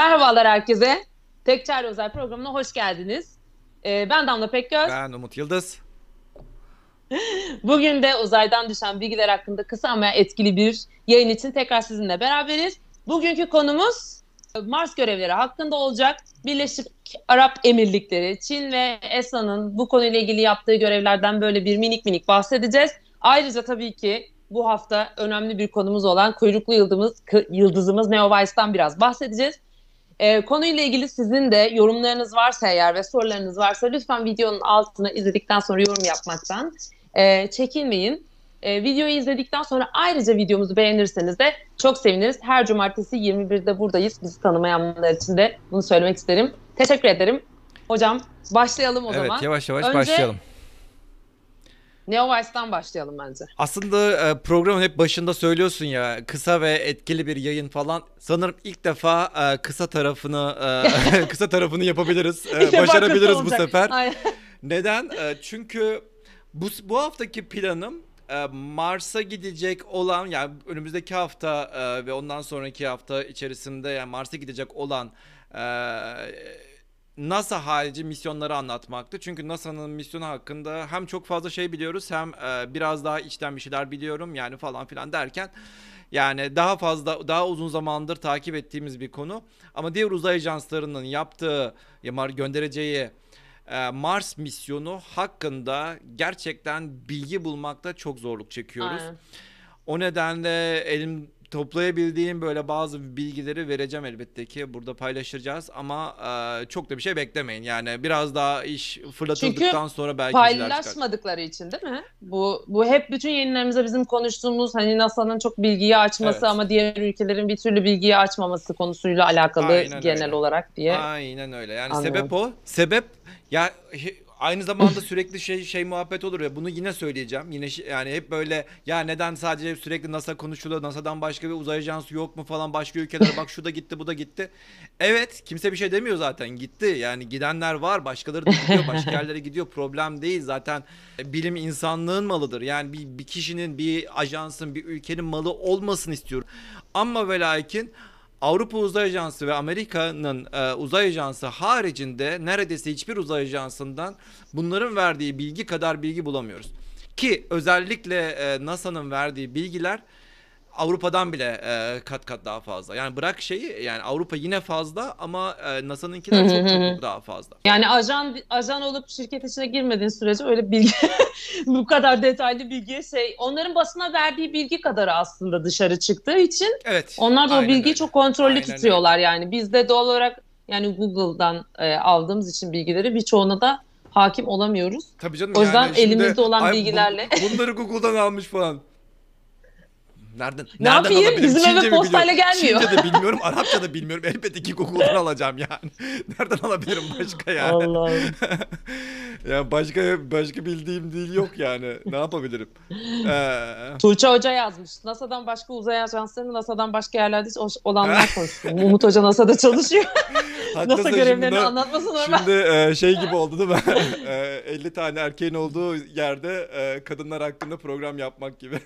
Merhabalar herkese. Tek Çare Özel programına hoş geldiniz. Ben Damla Pekgöz. Ben Umut Yıldız. Bugün de uzaydan düşen bilgiler hakkında kısa ama etkili bir yayın için tekrar sizinle beraberiz. Bugünkü konumuz Mars görevleri hakkında olacak. Birleşik Arap Emirlikleri, Çin ve ESA'nın bu konuyla ilgili yaptığı görevlerden böyle bir minik bahsedeceğiz. Ayrıca tabii ki bu hafta önemli bir konumuz olan kuyruklu yıldızımız Neowise biraz bahsedeceğiz. Konuyla ilgili sizin de yorumlarınız varsa eğer ve sorularınız varsa lütfen videonun altına izledikten sonra yorum yapmaktan çekinmeyin. Videoyu izledikten sonra ayrıca videomuzu beğenirseniz de çok seviniriz. Her cumartesi 21'de buradayız. Bizi tanımayanlar için de bunu söylemek isterim. Teşekkür ederim. Hocam başlayalım o zaman. Evet, yavaş Önce başlayalım. Neovice'dan başlayalım bence. Aslında programın hep başında söylüyorsun ya, kısa ve etkili bir yayın falan. Sanırım ilk defa kısa tarafını yapabiliriz. Başarabiliriz bu sefer. Aynen. Neden? Çünkü bu haftaki planım Mars'a gidecek olan, yani önümüzdeki hafta ve ondan sonraki hafta içerisinde, yani Mars'a gidecek olan NASA harici misyonları anlatmaktı. Çünkü NASA'nın misyonu hakkında hem çok fazla şey biliyoruz, hem biraz daha içten bir şeyler biliyorum yani, falan filan derken, yani daha uzun zamandır takip ettiğimiz bir konu. Ama diğer uzay ajanslarının yaptığı, göndereceği Mars misyonu hakkında gerçekten bilgi bulmakta çok zorluk çekiyoruz. Aynen. O nedenle toplayabildiğim böyle bazı bilgileri vereceğim, elbette ki burada paylaşacağız, ama çok da bir şey beklemeyin. Yani biraz daha iş fırlatıldıktan sonra belki şeyler çıkar. Paylaşmadıkları için değil mi? Bu hep bütün yayınlarımızda bizim konuştuğumuz, hani NASA'nın çok bilgiyi açması, Evet. ama diğer ülkelerin bir türlü bilgiyi açmaması konusuyla alakalı. Aynen genel öyle. olarak diye Aynen öyle. Yani anlıyorum. sebep o. Sebep ya, aynı zamanda sürekli şey muhabbet olur ya, bunu yine söyleyeceğim. Yine yani hep böyle, ya neden sadece sürekli NASA konuşuluyor? NASA'dan başka bir uzay ajansı yok mu falan, başka ülkeler bak, şu da gitti, bu da gitti. Evet, kimse bir şey demiyor zaten. Gitti. Yani gidenler var, başkaları da gidiyor, başka yerlere gidiyor. Problem değil zaten. Bilim insanlığın malıdır. Yani bir kişinin, bir ajansın, bir ülkenin malı olmasını istiyorum. Ama ve lakin Avrupa Uzay Ajansı ve Amerika'nın uzay ajansı haricinde neredeyse hiçbir uzay ajansından bunların verdiği bilgi kadar bilgi bulamıyoruz. Ki özellikle NASA'nın verdiği bilgiler Avrupa'dan bile kat kat daha fazla. Yani bırak şeyi, yani Avrupa yine fazla, ama NASA'nınkiler çok daha fazla. Yani ajan olup şirket içine girmediğin sürece öyle bilgi bu kadar detaylı bilgiye onların basına verdiği bilgi kadar aslında dışarı çıktığı için Evet, onlar da o aynen bilgiyi öyle. çok kontrollü Aynen öyle. tutuyorlar. Yani biz de doğal olarak, yani Google'dan aldığımız için bilgileri birçoğuna da hakim olamıyoruz. Tabii canım, O yüzden yani şimdi elimizde olan bilgilerle bunları Google'dan almış falan. ne Nereden yapayım? alabilirim? Bizim eve Çince mi biliyorum? postayla gelmiyor. Çince de bilmiyorum, Arapça da bilmiyorum. Elbette ki Google'dan alacağım yani. Nereden alabilirim başka yani? Allah'ım. Ya başka bildiğim dil yok yani. Ne yapabilirim? Ee, Tuğçe Hoca yazmış. NASA'dan başka uzay ajanslarını, NASA'dan başka yerlerde olanlar konuştu. Umut Hoca NASA'da çalışıyor. NASA Haklısın, görevlerini anlatması normal. şimdi şey gibi oldu değil mi? 50 tane erkeğin olduğu yerde kadınlar hakkında program yapmak gibi.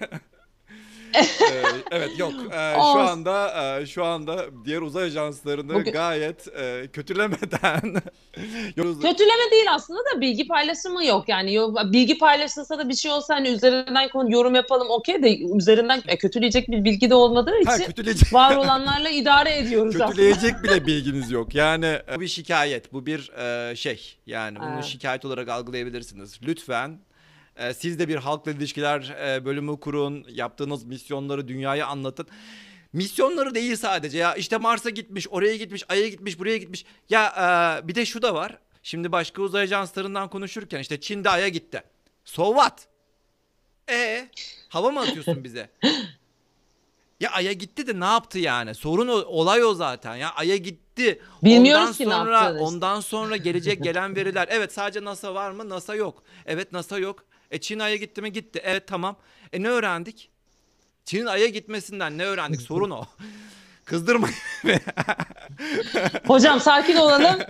Evet, yok. Şu anda diğer uzay ajanslarını Bugün gayet kötülemeden kötüleme değil aslında, da bilgi paylaşımı yok. Yani bilgi paylaşılsa da bir şey olsa, hani üzerinden yorum yapalım, okey, de üzerinden kötüleyecek bir bilgi de olmadığı için kötüleyecek var olanlarla idare ediyoruz aslında. kötüleyecek bile bilgimiz yok. Yani bu bir şikayet, bu bir şey. Yani bunu Evet. şikayet olarak algılayabilirsiniz. Lütfen siz de bir halkla ilişkiler bölümü kurun, yaptığınız misyonları dünyaya anlatın. Misyonları değil sadece, ya işte Mars'a gitmiş, oraya gitmiş, Ay'a gitmiş, buraya gitmiş. Ya bir de şu da var. Şimdi başka uzay ajanslarından konuşurken, işte Çin de Ay'a gitti. So what? Hava mı atıyorsun bize? Ya Ay'a gitti de ne yaptı yani? Sorun olay o zaten. Ya Ay'a gitti. Bilmiyoruz ki ne yaptığını işte. Ondan sonra gelen veriler. Evet, sadece NASA var mı? NASA yok. Evet, NASA yok. Çin Ay'a gitti mi? Gitti. Evet, tamam. Ne öğrendik? Çin'in Ay'a gitmesinden ne öğrendik? Sorun o. Kızdırmayın. Hocam sakin olalım.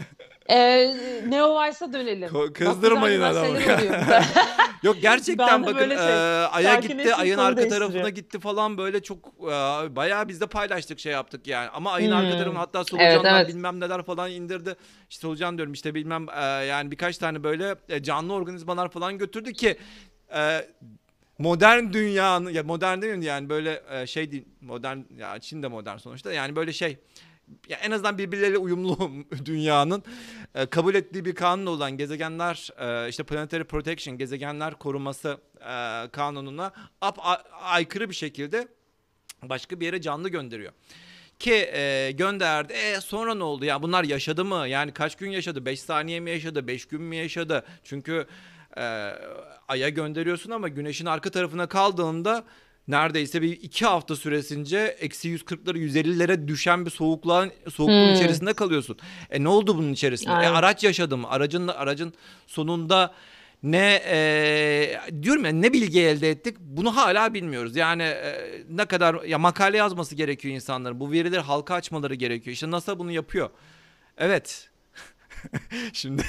Neo Vice'a dönelim. Bak Kızdırmayın güzel adamı. şeyler oluyor güzel. Yok gerçekten Ben de bakın böyle Ay'a gitti, sakinleştim, Ay'ın konu arka tarafına değiştiriyor. gitti falan böyle çok bayağı biz de paylaştık şey yaptık yani. Ama Ay'ın arka tarafına Hmm. hatta Evet, solucanlar evet. bilmem neler falan indirdi. İşte solucan diyorum işte bilmem yani birkaç tane böyle canlı organizmalar falan götürdü ki e, modern dünyanın ya modern değil mi yani böyle şey değil modern ya Çin de modern sonuçta yani böyle şey ya en azından birbirleriyle uyumlu dünyanın kabul ettiği bir kanun olan gezegenler işte Planetary Protection gezegenler koruması kanununa aykırı bir şekilde başka bir yere canlı gönderiyor. Ki gönderdi. Sonra ne oldu? Ya bunlar yaşadı mı? Yani kaç gün yaşadı? 5 saniye mi yaşadı? 5 gün mü yaşadı? Çünkü e, Ay'a gönderiyorsun ama Güneş'in arka tarafına kaldığında neredeyse bir 2 hafta süresince eksi 140'lara 150'lere düşen bir soğukluğun Hmm. içerisinde kalıyorsun. Ne oldu bunun içerisinde? Aynen. Araç yaşadı mı? Aracın sonunda ne diyorum ya ne bilgi elde ettik bunu hala bilmiyoruz. Yani ne kadar ya makale yazması gerekiyor insanların. Bu verileri halka açmaları gerekiyor. İşte NASA bunu yapıyor. Evet. Şimdi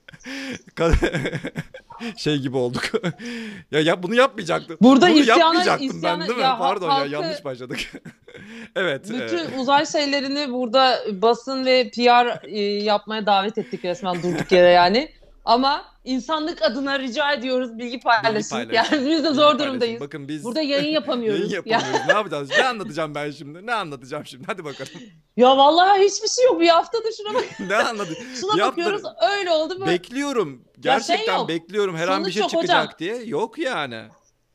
şey gibi olduk. Ya bunu yapmayacaktım. Burada Bunu isyana yapmayacaktım ben isyana değil mi? ya Pardon ya halkı yanlış başladık. Evet. bütün uzay şeylerini burada basın ve PR yapmaya davet ettik resmen durduk yere yani. Ama insanlık adına rica ediyoruz bilgi Bilgi paylaşın. paylaşın. Yani biz de Bilgi zor paylaşın. durumdayız. Bakın biz Burada yayın yayın yapamıyoruz. Ya, yapamıyoruz. Ne yapacağız? Ne anlatacağım ben şimdi? Ne anlatacağım şimdi? Hadi bakalım. ya vallahi hiçbir şey yok. Bir haftadır şuna bak. Ne anladı? Bir Şuna bakıyoruz haftadır öyle oldu böyle. bekliyorum. Ya şey Gerçekten yok. bekliyorum. Her an bir Sonuç şey yok hocam. çıkacak diye. Yok yani.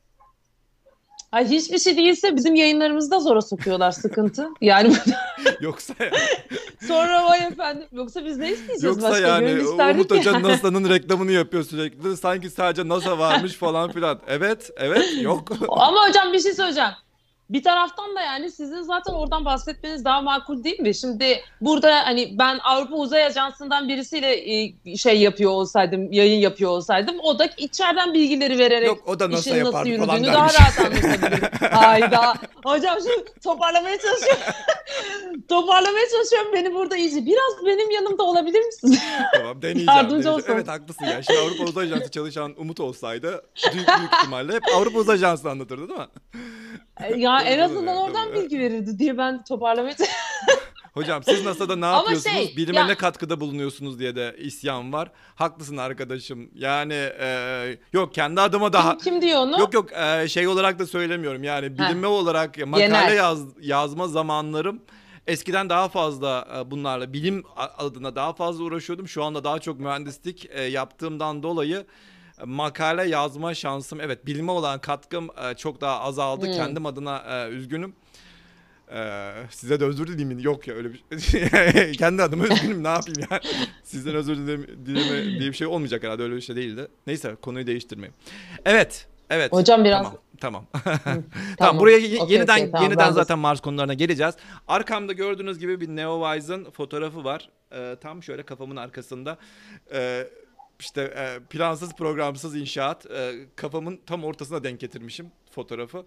Ay hiçbir şey değilse bizim yayınlarımızı da zora sokuyorlar sıkıntı. Yani Yoksa yani, sonra vay efendim. Yoksa biz ne isteyeceğiz yoksa başka? yani Gönül Umut isterdik Hoca ya. NASA'nın reklamını yapıyor sürekli. Sanki sadece NASA varmış falan filan. Evet, evet, yok. Ama hocam bir şey söyleyeceğim. Bir taraftan da yani sizin zaten oradan bahsetmeniz daha makul değil mi? Şimdi burada hani ben Avrupa Uzay Ajansı'ndan birisiyle şey yapıyor olsaydım, yayın yapıyor olsaydım o da içeriden bilgileri vererek Yok o da NASA işin nasıl yapardı falan yürüdüğünü daha dermiş. rahat anlatabilirim. Hayda. Hocam şu toparlamaya çalışıyorum. Toparlamaya çalışıyorum beni burada iyice. Biraz benim yanımda olabilir misiniz? Tamam deneyeceğim. Yardımcı Evet olsun. haklısın ya. Şimdi Avrupa Uzay Ajansı çalışan Umut olsaydı büyük ihtimalle hep Avrupa Uzay Ajansı anlatırdı değil mi? Ya Tabii en tabii. azından oradan Tabii. bilgi verirdi diye ben toparlamaya çalışıyorum. Hocam siz NASA'da ne Ama yapıyorsunuz? şey Bilime ya ne katkıda bulunuyorsunuz diye de isyan var. Haklısın arkadaşım. Yani yok kendi adıma kim, daha kim diyor onu? yok yok şey olarak da söylemiyorum. Yani Heh, bilime olarak makale genel. yazma zamanlarım eskiden daha fazla bunlarla bilim adına daha fazla uğraşıyordum. Şu anda daha çok mühendislik yaptığımdan dolayı makale yazma şansım evet bilime olan katkım çok daha azaldı. Hmm. Kendim adına üzgünüm. Size de özür dileyim. Yok ya öyle bir şey. Kendi adıma üzgünüm ne yapayım ya. Sizden özür dileme diye bir şey olmayacak herhalde öyle bir şey değildi. Neyse konuyu değiştirmeyeyim. Evet. Evet. Hocam biraz. Tamam. Tamam. Hı, Tamam buraya tamam. Okey, okey, tamam, yeniden ben de. zaten Mars konularına geleceğiz. Arkamda gördüğünüz gibi bir Neowise'ın fotoğrafı var. Tam şöyle kafamın arkasında. Ee, işte plansız programsız inşaat. Kafamın tam ortasına denk getirmişim fotoğrafı.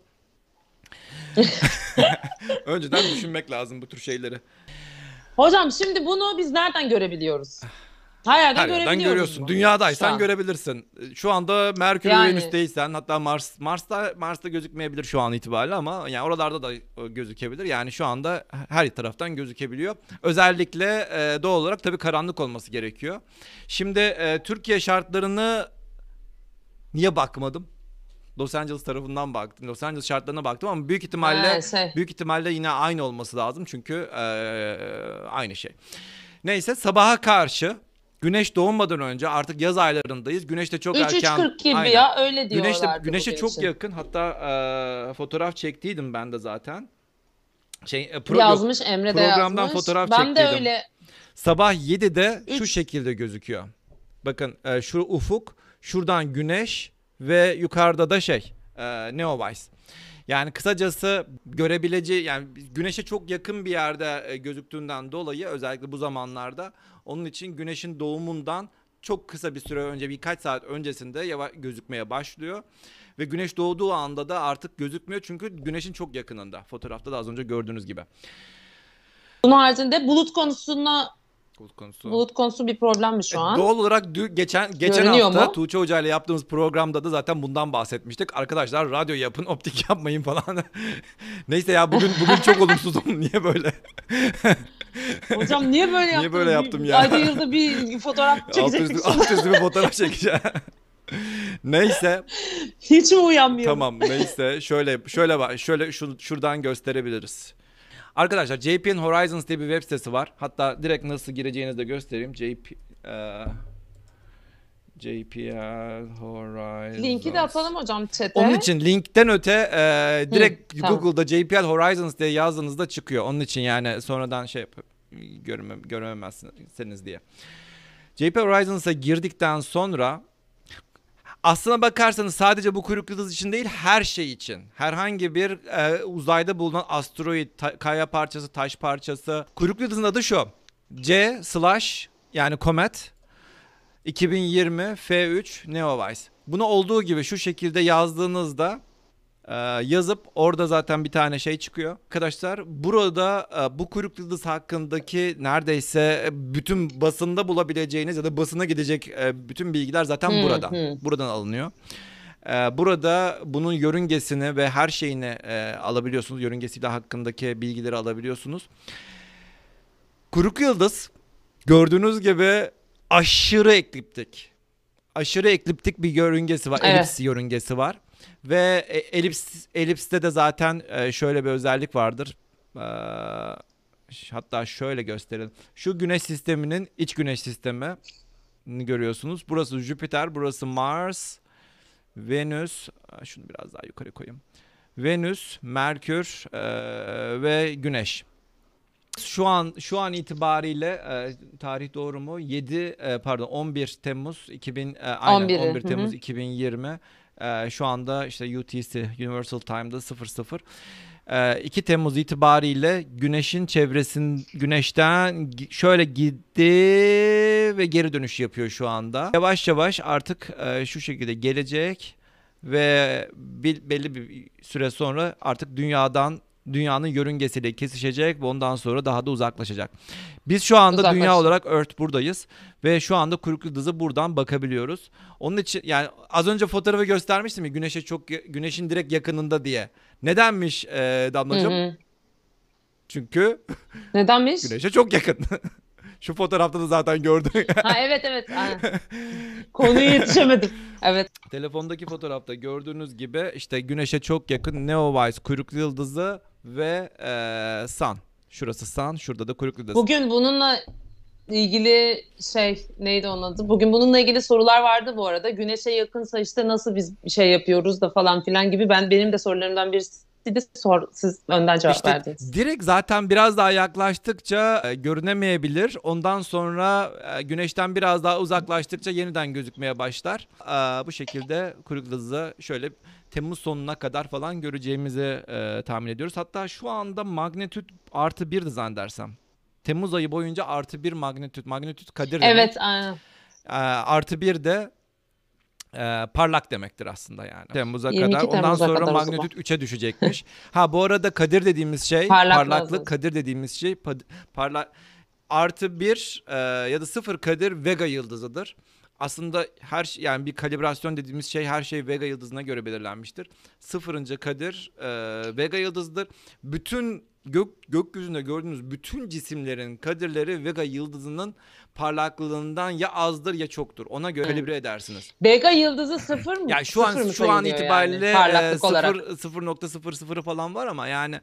Önceden düşünmek lazım bu tür şeyleri. Hocam şimdi bunu biz nereden görebiliyoruz? Her yerden Her yerden görebiliyoruz görüyorsun. mu şu Dünyadaysan an? görebilirsin. Şu anda Merkür Yani Uranüs'teysen hatta Mars'ta gözükmeyebilir şu an itibariyle ama yani oralarda da gözükebilir. Yani şu anda her taraftan gözükebiliyor. Özellikle doğal olarak tabii karanlık olması gerekiyor. Şimdi Türkiye şartlarını niye bakmadım? Los Angeles tarafından baktım. Los Angeles şartlarına baktım ama şey. büyük ihtimalle yine aynı olması lazım çünkü aynı şey. Neyse sabaha karşı güneş doğmadan önce artık yaz aylarındayız. Güneş de çok erken 3-3-40 gibi aynen. ya öyle diyorlardı Güneşe bugün çok için. yakın. Hatta fotoğraf çektiydim ben de zaten. Yok. Yazmış Emre de Programdan yazmış. fotoğraf Ben de çektiydim. öyle Sabah 7'de şu 3 şekilde gözüküyor. Bakın şu ufuk, şuradan güneş ve yukarıda da Neowise. Yani kısacası görebileceği yani güneşe çok yakın bir yerde gözüktüğünden dolayı özellikle bu zamanlarda onun için güneşin doğumundan çok kısa bir süre önce birkaç saat öncesinde gözükmeye başlıyor. Ve güneş doğduğu anda da artık gözükmüyor çünkü güneşin çok yakınında. Fotoğrafta da az önce gördüğünüz gibi. bunun haricinde bulut konusuna bulut konusu. Bulut konusu bir problem mi şu an? Doğal olarak geçen Görünüyor hafta mu? Tuğçe Hoca ile yaptığımız programda da zaten bundan bahsetmiştik. Arkadaşlar radyo yapın, optik yapmayın falan. Neyse ya bugün çok olumsuzum. Niye böyle? Hocam niye böyle yaptın? Niye böyle yaptım ya? Ayda yılda bir fotoğraf çekecektik. Alt üstü bir fotoğraf çekeceğim. Neyse. Hiç mi uyanmıyorum? Tamam neyse. Şuradan gösterebiliriz. Arkadaşlar JPL Horizons diye bir web sitesi var. Hatta direkt nasıl gireceğinizi de göstereyim. JPL Horizons. Linki de atalım hocam chat'e. Onun için linkten öte direkt tamam. Google'da JPL Horizons diye yazdığınızda çıkıyor. Onun için yani sonradan görememezsiniz diye. JPL Horizons'a girdikten sonra aslına bakarsanız sadece bu kuyruklu yıldız için değil her şey için. Herhangi bir uzayda bulunan asteroid, kaya parçası, taş parçası. Kuyruklu yıldızın adı şu. C/ yani Comet 2020 F3 Neowise. Bunu olduğu gibi şu şekilde yazdığınızda yazıp orada zaten bir tane şey çıkıyor. Arkadaşlar burada bu kuyruklu yıldız hakkındaki neredeyse bütün basında bulabileceğiniz ya da basına gidecek bütün bilgiler zaten buradan alınıyor. Burada bunun yörüngesini ve her şeyini alabiliyorsunuz. Yörüngesiyle hakkındaki bilgileri alabiliyorsunuz. Kuyruklu yıldız gördüğünüz gibi aşırı ekliptik bir yörüngesi var. Evet. Elips yörüngesi var. Ve elipste de zaten şöyle bir özellik vardır. Hatta şöyle gösterelim. Şu güneş sisteminin iç güneş sistemi görüyorsunuz. Burası Jüpiter, burası Mars, Venüs. Şunu biraz daha yukarı koyayım. Venüs, Merkür ve Güneş. Şu an itibariyle tarih doğru mu? 11 Temmuz 11 Temmuz 2020. Şu anda işte UTC Universal Time'da 00. 2 Temmuz itibariyle Güneş'ten şöyle gitti ve geri dönüş yapıyor şu anda. Yavaş yavaş artık şu şekilde gelecek ve belli bir süre sonra artık dünyanın yörüngesiyle kesişecek ve ondan sonra daha da uzaklaşacak. Biz şu anda dünya olarak Earth buradayız ve şu anda kuyruklu yıldızı buradan bakabiliyoruz. Onun için yani az önce fotoğrafı göstermiştim ya güneşin direkt yakınında diye. Nedenmiş Damlacığım? Hı. Çünkü nedenmiş? Güneşe çok yakın. Şu fotoğrafta da zaten gördün. Ha evet. Aynen. Konuya yetişemedim. Evet. Telefondaki fotoğrafta gördüğünüz gibi işte Güneş'e çok yakın Neowise kuyruklu yıldızı ve Sun. Şurası Sun, şurada da kuyruklu yıldız. Bugün bununla ilgili neydi onun adı? Bugün bununla ilgili sorular vardı bu arada. Güneşe yakınsa işte nasıl biz bir şey yapıyoruz da falan filan gibi. Benim de sorularımdan birisi de siz önden cevap verdiniz. Direkt zaten biraz daha yaklaştıkça görünemeyebilir. Ondan sonra güneşten biraz daha uzaklaştıkça yeniden gözükmeye başlar. Bu şekilde kuyruklu yıldızı şöyle Temmuz sonuna kadar falan göreceğimizi tahmin ediyoruz. Hatta şu anda magnitüt +1'di zannedersem. Temmuz ayı boyunca +1 magnitüt Kadir demek. Evet aynen. +1 de parlak demektir aslında yani. Temmuz'a kadar. Ondan sonra kadar magnitüt 3'e düşecekmiş. Bu arada Kadir dediğimiz şey parlaklık Kadir dediğimiz şey +1 ya da 0 Kadir Vega yıldızıdır. Aslında yani bir kalibrasyon dediğimiz şey her şey Vega yıldızına göre belirlenmiştir. 0. Kadir Vega yıldızıdır. Bütün gökyüzünde gördüğünüz bütün cisimlerin kadirleri Vega yıldızının parlaklığından ya azdır ya çoktur. Ona göre kalibre edersiniz. Vega yıldızı 0 mı? Yani şu an itibariyle yani, 0.00 falan var ama yani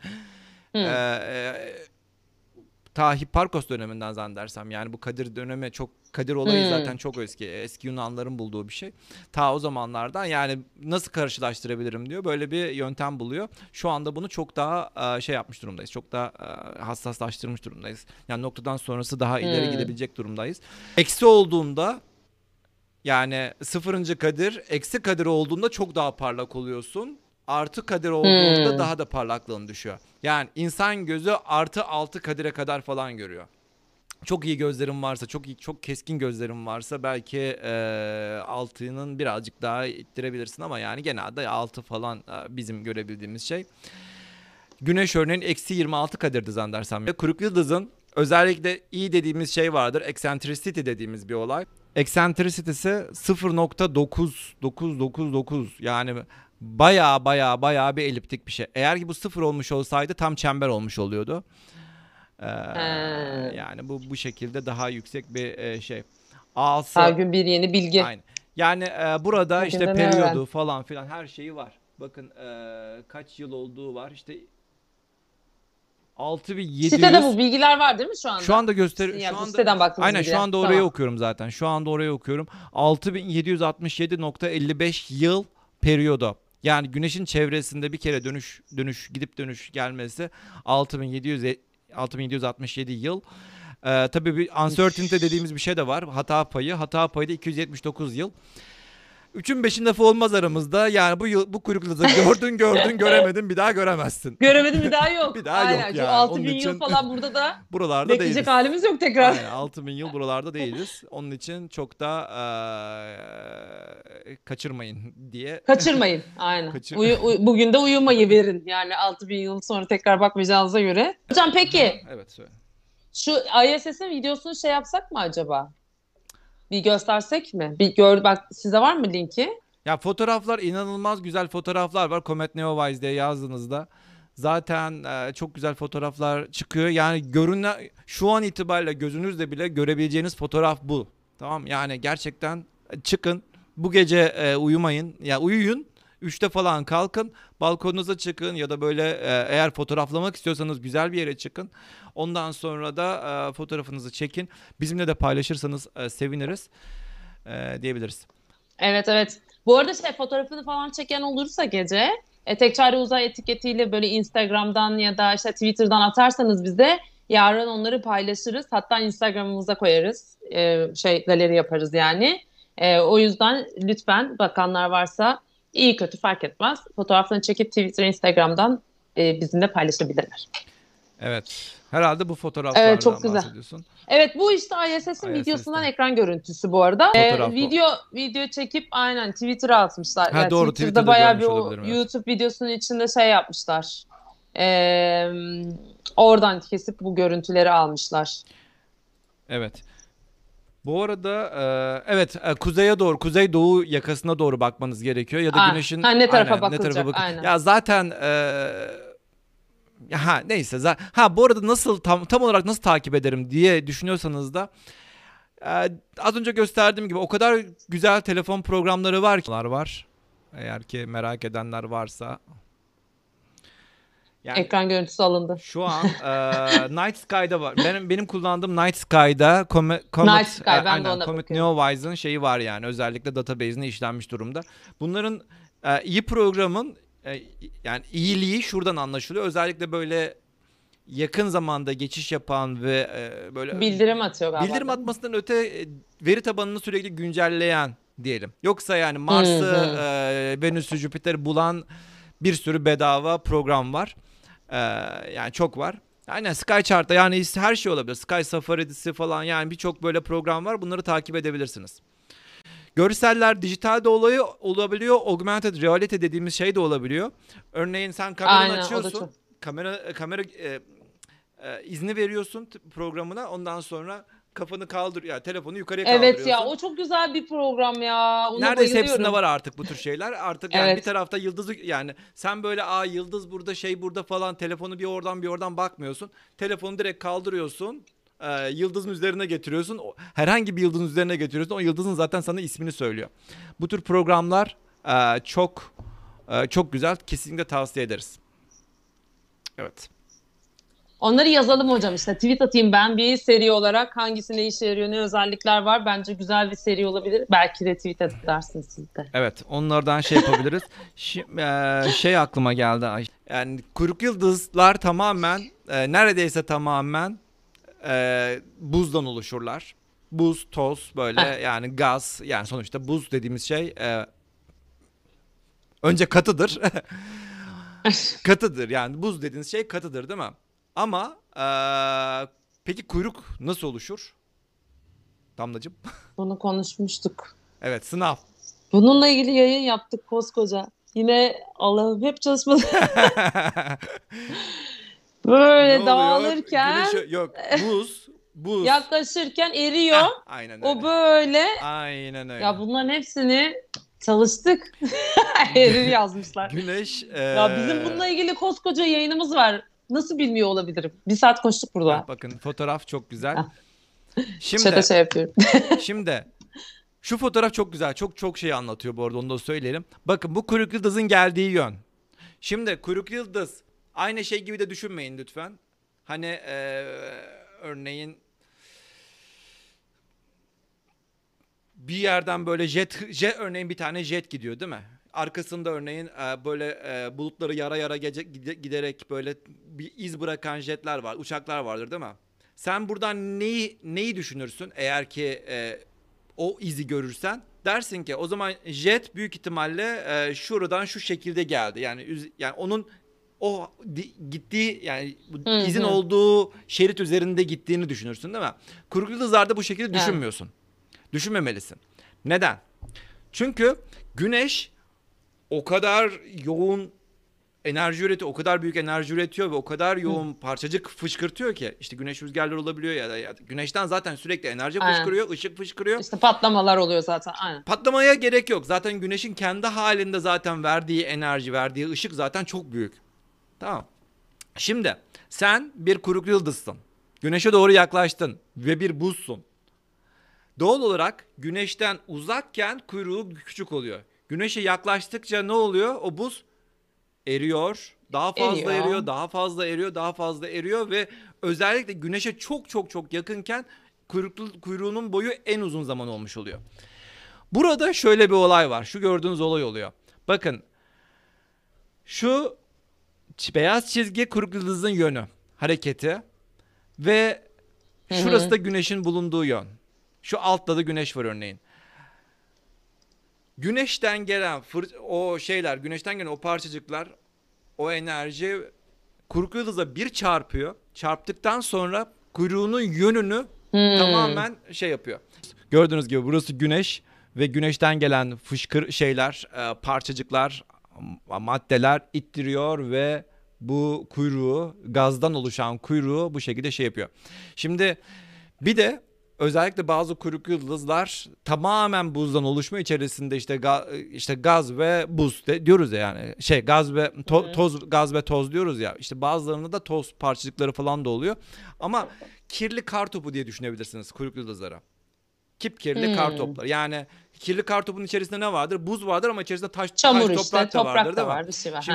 ta Hipparkos döneminden zannedersem yani bu Kadir dönemi Kadir olayı zaten çok eski Yunanların bulduğu bir şey. Ta o zamanlardan yani nasıl karşılaştırabilirim diyor. Böyle bir yöntem buluyor. Şu anda bunu çok daha yapmış durumdayız. Çok daha hassaslaştırmış durumdayız. Yani noktadan sonrası daha ileri gidebilecek durumdayız. Eksi olduğunda yani 0. Kadir eksi Kadir olduğunda çok daha parlak oluyorsun. Artı Kadir olduğunda daha da parlaklığın düşüyor. Yani insan gözü +6 Kadir'e kadar falan görüyor. Çok iyi gözlerim varsa, çok keskin gözlerim varsa belki 6'nın birazcık daha ittirebilirsin ama yani genelde 6 falan bizim görebildiğimiz şey. Güneş örneğin -26 Kadir'di zannedersem. Kuyruklu yıldızın özellikle E dediğimiz şey vardır. Eccentricity dediğimiz bir olay. Eccentricity'si 0.9999, yani baya baya baya bir eliptik bir şey. Eğer ki bu 0 olmuş olsaydı tam çember olmuş oluyordu. Ee, He. Yani bu şekilde daha yüksek bir şey. A'sı Her gün bir yeni bilgi. aynı. Yani burada Bugün işte de ne öğren? periyodu falan filan her şeyi var. Bakın kaç yıl olduğu var. İşte Sitede 6700. bu bilgiler var değil mi şu Şu anda? anda göster şu Yani bu anda siteden baktığımız aynen şu bilgiler. anda orayı Tamam. okuyorum zaten. Şu anda orayı okuyorum. 6767.55 yıl periyodu. Yani güneşin çevresinde bir kere dönüş gidip dönüş gelmesi 6700 6767 yıl. Tabii bir uncertainty dediğimiz bir şey de var. Hata payı. Hata payı da 279 yıl. Üçün beşin lafı olmaz aramızda. Yani bu kuyrukluğu gördün göremedin, bir daha göremezsin. Göremedim, bir daha yok. Bir daha yok Aynen. Şu yani. Onun 6000 yıl için falan burada da buralarda bekleyecek değiliz. halimiz yok tekrar. Aynen, 6000 yıl buralarda değiliz. Onun için çok da kaçırmayın diye. Kaçırmayın. Aynen. Kaçır. Bugün de uyumayı verin. Yani 6000 yıl sonra tekrar bakmayacağınıza göre. Hocam peki Evet, söyle. şu ISS'in videosunu şey yapsak mı acaba? Bir göstersek mi? Bir gör, bak size var mı linki? Ya fotoğraflar, inanılmaz güzel fotoğraflar var. Comet Neowise diye yazdığınızda zaten çok güzel fotoğraflar çıkıyor. Yani şu an itibariyle gözünüzle bile görebileceğiniz fotoğraf bu. Tamam, yani gerçekten çıkın. Bu gece uyumayın. Ya uyuyun. 3'te falan kalkın. Balkonunuza çıkın ya da böyle eğer fotoğraflamak istiyorsanız güzel bir yere çıkın. Ondan sonra da fotoğrafınızı çekin. Bizimle de paylaşırsanız seviniriz diyebiliriz. Evet, evet. Bu arada şey, fotoğrafını falan çeken olursa gece tek çare uzay etiketiyle böyle Instagram'dan ya da işte Twitter'dan atarsanız bize, yarın onları paylaşırız. Hatta Instagram'ımıza koyarız. Şey, galeri yaparız yani. O yüzden lütfen, bakanlar varsa iyi kötü fark etmez, fotoğraflarını çekip Twitter, Instagram'dan bizimle paylaşabilirler. Evet. Herhalde bu Evet, çok fotoğraflardan güzel. bahsediyorsun. Evet, bu işte ISS'in videosundan ISS'te. ekran görüntüsü bu arada. Fotoğraf bu. Video çekip aynen Twitter'a atmışlar. Ha, Yani doğru, Twitter'da Twitter'da bayağı bir görmüş o olabilirim, evet. YouTube videosunun içinde şey yapmışlar. Ee, Oradan kesip bu görüntüleri almışlar. Evet. Bu arada evet, kuzeye doğru, kuzeydoğu yakasına doğru bakmanız gerekiyor ya da güneşin Ne tarafa aynen ne tarafa bakılacak, bakın. aynen. Ya zaten ha neyse, bu arada nasıl tam olarak nasıl takip ederim diye düşünüyorsanız da az önce gösterdiğim gibi o kadar güzel telefon programları var. Eğer ki merak edenler varsa. Yani Ekran görüntüsü alındı. şu an Night Sky'da var. Benim kullandığım Night Sky'da Night Sky, ben de aynen ona Comet bakıyorum. Neowise'ın şeyi var, yani özellikle database'ine işlenmiş durumda. Bunların iyi programın yani iyiliği şuradan anlaşılıyor. Özellikle böyle yakın zamanda geçiş yapan ve böyle Bildirim atıyor galiba, bildirim değil mi? atmasından öte veri tabanını sürekli güncelleyen diyelim. Yoksa yani Hı Mars'ı, hı. Venüs'ü, Jüpiter'i bulan bir sürü bedava program var. Ee, Yani çok var. Aynen, SkyChart'ta yani her şey olabilir. Sky Safari'si falan, yani birçok böyle program var. Bunları takip edebilirsiniz. Görseller dijital de olabiliyor. Augmented reality dediğimiz şey de olabiliyor. Örneğin sen kameranı Aynen, o da açıyorsun. çok. Kamera izni veriyorsun programına. Ondan sonra kafanı kaldır, yani telefonu yukarıya Evet ya, kaldırıyorsun. o çok güzel bir program ya. Ona Neredeyse hepsinde bayılıyorum. var artık bu tür şeyler. Artık yani bir Evet. tarafta yıldızı, yani sen böyle yıldız burada, şey burada falan, telefonu bir oradan bir oradan bakmıyorsun. Telefonu direkt kaldırıyorsun. Yıldızın üzerine getiriyorsun. Herhangi bir yıldızın üzerine getiriyorsun. O yıldızın zaten sana ismini söylüyor. Bu tür programlar çok güzel. Kesinlikle tavsiye ederiz. Evet. Onları yazalım hocam, işte tweet atayım ben bir seri olarak, hangisi ne işe yarıyor, ne özellikler var. Bence güzel bir seri olabilir. Belki retweet edersiniz siz de. Evet, onlardan şey yapabiliriz. Şey aklıma geldi. Yani kuyruk yıldızlar tamamen, neredeyse tamamen buzdan oluşurlar. Buz, toz, böyle Heh. yani gaz, yani sonuçta buz dediğimiz şey önce katıdır. Katıdır, yani buz dediğiniz şey katıdır, değil mi? Ama peki kuyruk nasıl oluşur? Damlacığım. Bunu konuşmuştuk. Evet, sınav. Bununla ilgili yayın yaptık koskoca. Yine Allah'ım, hep çalışmalı. Ne Böyle oluyor? dağılırken Yok, buz. yaklaşırken eriyor. Heh, aynen O öyle. böyle. Aynen öyle. Ya bunların hepsini çalıştık. Erir yazmışlar. Güneş Ya bizim bununla ilgili koskoca yayınımız var. Nasıl bilmiyor olabilirim? Bir saat konuştuk burada. bakın fotoğraf çok güzel. Heh. Şaka Şimdi şey yapıyorum. şimdi şu fotoğraf çok güzel. Çok çok şey anlatıyor bu arada, onu da söyleyelim. Bakın bu kuyruk yıldızın geldiği yön. Şimdi kuyruk yıldız aynı şey gibi de düşünmeyin lütfen. Hani örneğin bir yerden böyle jet örneğin bir tane jet gidiyor değil mi? Arkasında örneğin böyle bulutları yara yara giderek böyle bir iz bırakan jetler var, uçaklar vardır değil mi? Sen buradan neyi düşünürsün eğer ki o izi görürsen? Dersin ki o zaman jet büyük ihtimalle şuradan şu şekilde geldi. Yani onun o gittiği, yani izin olduğu şerit üzerinde gittiğini düşünürsün değil mi? Kuyruklu yıldızlarda bu şekilde düşünmüyorsun. Düşünmemelisin. Neden? Çünkü güneş o kadar yoğun enerji üretiyor, o kadar büyük enerji üretiyor ve o kadar yoğun parçacık fışkırtıyor ki, işte güneş rüzgarları olabiliyor ya da güneşten zaten sürekli enerji fışkırıyor, ışık fışkırıyor. İşte patlamalar oluyor zaten. Aynen. Patlamaya gerek yok. Zaten güneşin kendi halinde zaten verdiği enerji, verdiği ışık zaten çok büyük. Tamam. Şimdi sen bir kuyruklu yıldızsın. Güneşe doğru yaklaştın ve bir buzsun. Doğal olarak güneşten uzakken kuyruğu küçük oluyor. Güneşe yaklaştıkça ne oluyor? O buz eriyor, daha fazla eriyor, daha fazla eriyor, daha fazla eriyor ve özellikle güneşe çok çok çok yakınken kuyruğunun boyu en uzun zaman olmuş oluyor. Burada şöyle bir olay var. Şu gördüğünüz olay oluyor. Bakın, şu beyaz çizgi kuyruklu yıldızın yönü, hareketi ve şurası da güneşin bulunduğu yön. Şu altta da güneş var örneğin. Güneşten gelen güneşten gelen o parçacıklar, o enerji kuyruklu yıldıza bir çarpıyor. Çarptıktan sonra kuyruğunun yönünü tamamen şey yapıyor. Gördüğünüz gibi burası güneş ve güneşten gelen parçacıklar, maddeler ittiriyor ve bu kuyruğu, gazdan oluşan kuyruğu bu şekilde şey yapıyor. Şimdi bir de özellikle bazı kuyruklu yıldızlar tamamen buzdan oluşma, içerisinde işte gaz ve buz diyoruz ya, yani gaz ve toz, gaz ve toz diyoruz ya. İşte bazılarında da toz parçacıkları falan da oluyor. Ama kirli kar topu diye düşünebilirsiniz kuyruklu yıldızlara. Kipkirli kar topları. Yani kirli kar topunun içerisinde ne vardır? Buz vardır ama içerisinde taş toprak da vardır, değil mi? Var, bir şey var.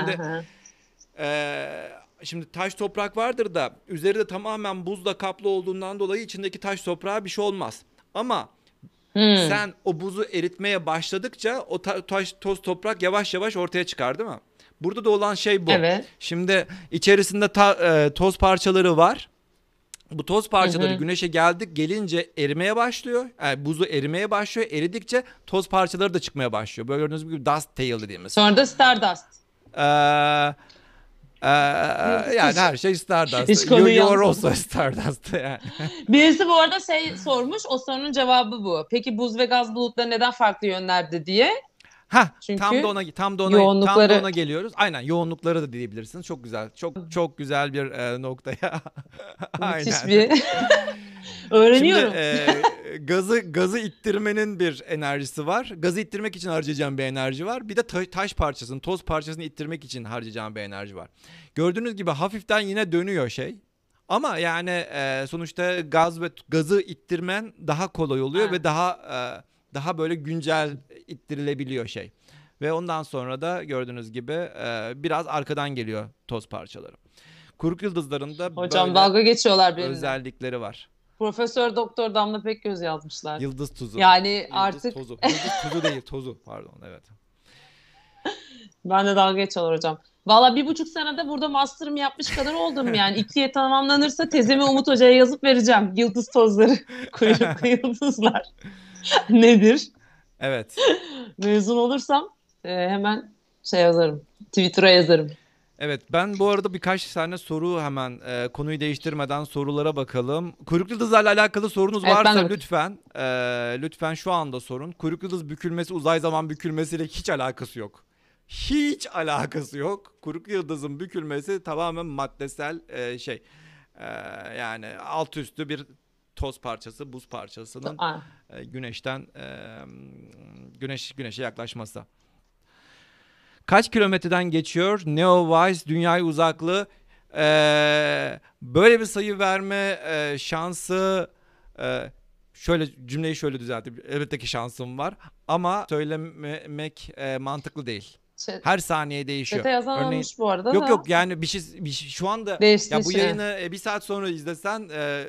Şimdi taş toprak vardır da üzeri de tamamen buzla kaplı olduğundan dolayı içindeki taş toprağa bir şey olmaz. Ama sen o buzu eritmeye başladıkça o toz toprak yavaş yavaş ortaya çıkar, değil mi? Burada da olan şey bu. Evet. Şimdi içerisinde toz parçaları var. Bu toz parçaları güneşe gelince erimeye başlıyor. Yani buzu erimeye başlıyor. Eridikçe toz parçaları da çıkmaya başlıyor. Böyle gördüğünüz gibi dust tail dediğimiz. Sonra da Stardust. Yani her şey Stardust. Hiç konuyu You are also Stardust yani. Birisi bu arada sormuş. O sorunun cevabı bu. Peki buz ve gaz bulutları neden farklı yönlerde diye? Çünkü tam da ona geliyoruz. Aynen, yoğunlukları da diyebilirsiniz. Çok güzel. Çok güzel bir noktaya. Müthiş bir öğreniyorum. Şimdi gazı ittirmenin bir enerjisi var. Gazı ittirmek için harcayacağım bir enerji var. Bir de toz parçasını ittirmek için harcayacağım bir enerji var. Gördüğünüz gibi hafiften yine dönüyor şey. Ama yani sonuçta gazı ittirmen daha kolay oluyor ve daha böyle güncel ittirilebiliyor şey. Ve ondan sonra da gördüğünüz gibi biraz arkadan geliyor toz parçaları. Kuyruklu yıldızlarında Hocam böyle dalga geçiyorlar benimle. özellikleri var. Profesör Doktor Damla Pekgöz yazmışlar. Yıldız tuzu. Yani artık tozu. Yıldız tuzu değil, tozu. Pardon, evet. ben de dalga geçiyorlar hocam. Valla 1,5 senede burada master'ım yapmış kadar oldum yani. 2'ye tamamlanırsa tezimi Umut Hoca'ya yazıp vereceğim. Yıldız tozları, kuyruklu yıldızlar nedir? Evet. Mezun olursam hemen yazarım. Twitter'a yazarım. Evet, ben bu arada birkaç tane soru hemen konuyu değiştirmeden sorulara bakalım. Kuyruklu yıldızlarla alakalı sorunuz varsa lütfen şu anda sorun. Kuyruklu yıldız bükülmesi uzay zaman bükülmesiyle hiç alakası yok. Hiç alakası yok. Kuyruklu yıldızın bükülmesi tamamen maddesel şey. E, Yani alt üstü bir toz parçası, buz parçasının Aa, güneşten güneşe yaklaşması. Kaç kilometreden geçiyor? Neowise dünyaya uzaklığı. Böyle bir sayı verme şansı, e, şöyle cümleyi şöyle düzelteyim. Elbette ki şansım var ama söylemek mantıklı değil. chat, Her saniye değişiyor. chat'e yazan Örneğin olmuş bu arada yok da. yok yani bir şey şu anda Değişti ya bu içine. yayını bir saat sonra izlesen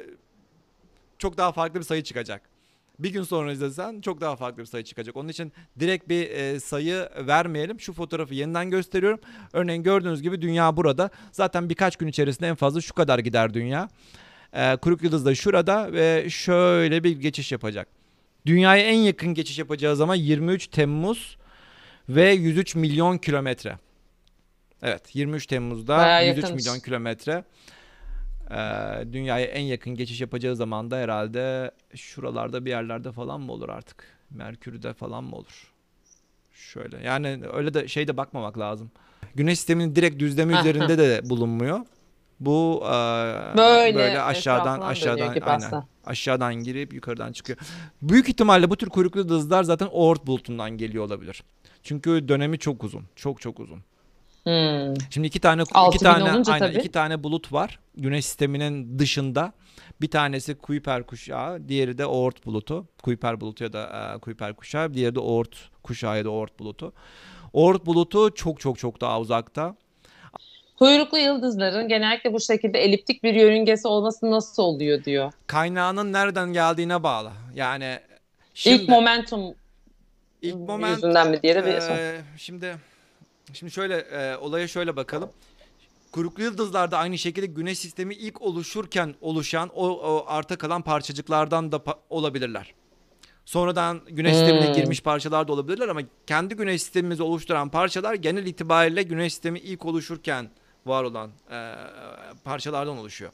çok daha farklı bir sayı çıkacak. Bir gün sonra izlesen çok daha farklı bir sayı çıkacak. Onun için direkt bir sayı vermeyelim. Şu fotoğrafı yeniden gösteriyorum. Örneğin gördüğünüz gibi dünya burada. Zaten birkaç gün içerisinde en fazla şu kadar gider dünya. Kuyruk yıldız da şurada ve şöyle bir geçiş yapacak. Dünyaya en yakın geçiş yapacağı zaman 23 Temmuz ve 103 milyon kilometre. Evet, 23 Temmuz'da Bayağı 103 milyon yakınmış. kilometre. Dünyaya en yakın geçiş yapacağı zaman da herhalde şuralarda bir yerlerde falan mı olur artık? Merkür'de falan mı olur? Şöyle yani öyle de şeyde bakmamak lazım. Güneş sisteminin direkt düzlemi üzerinde de bulunmuyor. Bu böyle Böyle aşağıdan etrafından dönüyor gibi aynen aslında. aşağıdan girip yukarıdan çıkıyor. Büyük ihtimalle bu tür kuyruklu yıldızlar zaten Oort bulutundan geliyor olabilir. Çünkü dönemi çok uzun. Çok çok uzun. Hmm. Şimdi iki 6.000 tane olunca aynen iki tabii. tane bulut var. Güneş sisteminin dışında. Bir tanesi Kuiper kuşağı, diğeri de Oort bulutu. Kuiper bulutu ya da Kuiper kuşağı, diğeri de Oort kuşağı ya da Oort bulutu. Oort bulutu çok çok çok daha uzakta. Kuyruklu yıldızların genellikle bu şekilde eliptik bir yörüngesi olması nasıl oluyor diyor. Kaynağının nereden geldiğine bağlı. Yani İlk şimdi momentum ilk moment yüzünden mi diye de bir son. şimdi şöyle olaya şöyle bakalım. Kuyruklu yıldızlarda aynı şekilde güneş sistemi ilk oluşurken oluşan o arta kalan parçacıklardan da olabilirler. Sonradan güneş sistemine Hmm. girmiş parçalar da olabilirler ama kendi güneş sistemimizi oluşturan parçalar genel itibariyle güneş sistemi ilk oluşurken var olan parçalardan oluşuyor.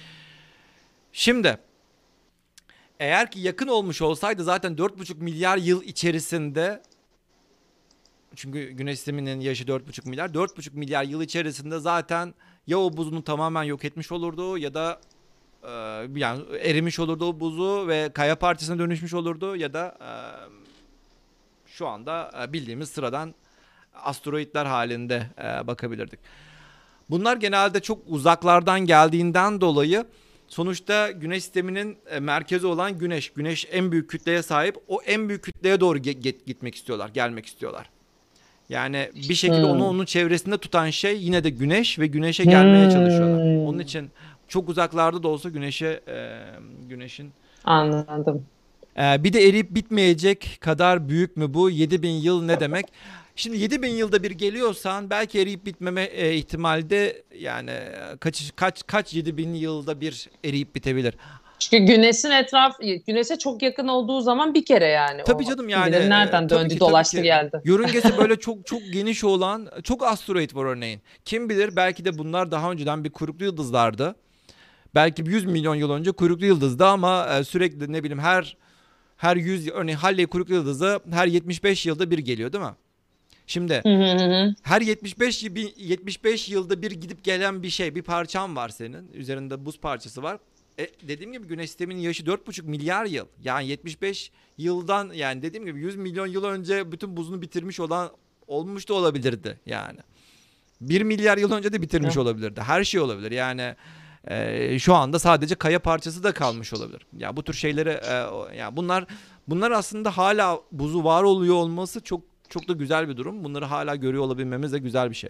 Şimdi eğer ki yakın olmuş olsaydı zaten 4,5 milyar yıl içerisinde, çünkü güneş sisteminin yaşı 4,5 milyar, 4,5 milyar yıl içerisinde zaten ya o buzunu tamamen yok etmiş olurdu ya da yani erimiş olurdu o buzu ve kaya parçasına dönüşmüş olurdu ya da şu anda bildiğimiz sıradan asteroitler halinde bakabilirdik. Bunlar genelde çok uzaklardan geldiğinden dolayı sonuçta güneş sisteminin merkezi olan güneş. Güneş en büyük kütleye sahip. O en büyük kütleye doğru gitmek istiyorlar, gelmek istiyorlar. Yani bir şekilde onu Hmm. onun çevresinde tutan şey yine de güneş ve güneşe gelmeye çalışıyorlar. Onun Hmm. için çok uzaklarda da olsa güneşin Anladım. bir de eriyip bitmeyecek kadar büyük mü bu? 7.000 yıl ne demek? Şimdi 7.000 yılda bir geliyorsan belki eriyip bitmeme ihtimali de yani kaç 7.000 yılda bir eriyip bitebilir. Çünkü güneşe çok yakın olduğu zaman bir kere yani Tabii o canım kim yani bilir nereden tabii döndü ki tabii dolaştı ki geldi. yörüngesi böyle çok çok geniş olan çok asteroid var örneğin. Kim bilir belki de bunlar daha önceden bir kuyruklu yıldızlardı. Belki 100 milyon yıl önce kuyruklu yıldızdı ama sürekli ne bileyim her 100 örneğin Halley kuyruklu yıldızı her 75 yılda bir geliyor değil mi? Şimdi Hı hı hı. Hı. her 75 yılda bir gidip gelen bir şey, bir parçam var senin. Üzerinde buz parçası var. Dediğim gibi güneş sisteminin yaşı 4,5 milyar yıl. Yani 75 yıldan yani dediğim gibi 100 milyon yıl önce bütün buzunu bitirmiş olan olmuş da olabilirdi yani. 1 milyar yıl önce de bitirmiş Ya, olabilirdi. Her şey olabilir. Yani şu anda sadece kaya parçası da kalmış olabilir. Ya bu tür şeyleri ya bunlar aslında hala buzu var oluyor olması çok çok da güzel bir durum. Bunları hala görüyor olabilmemiz de güzel bir şey.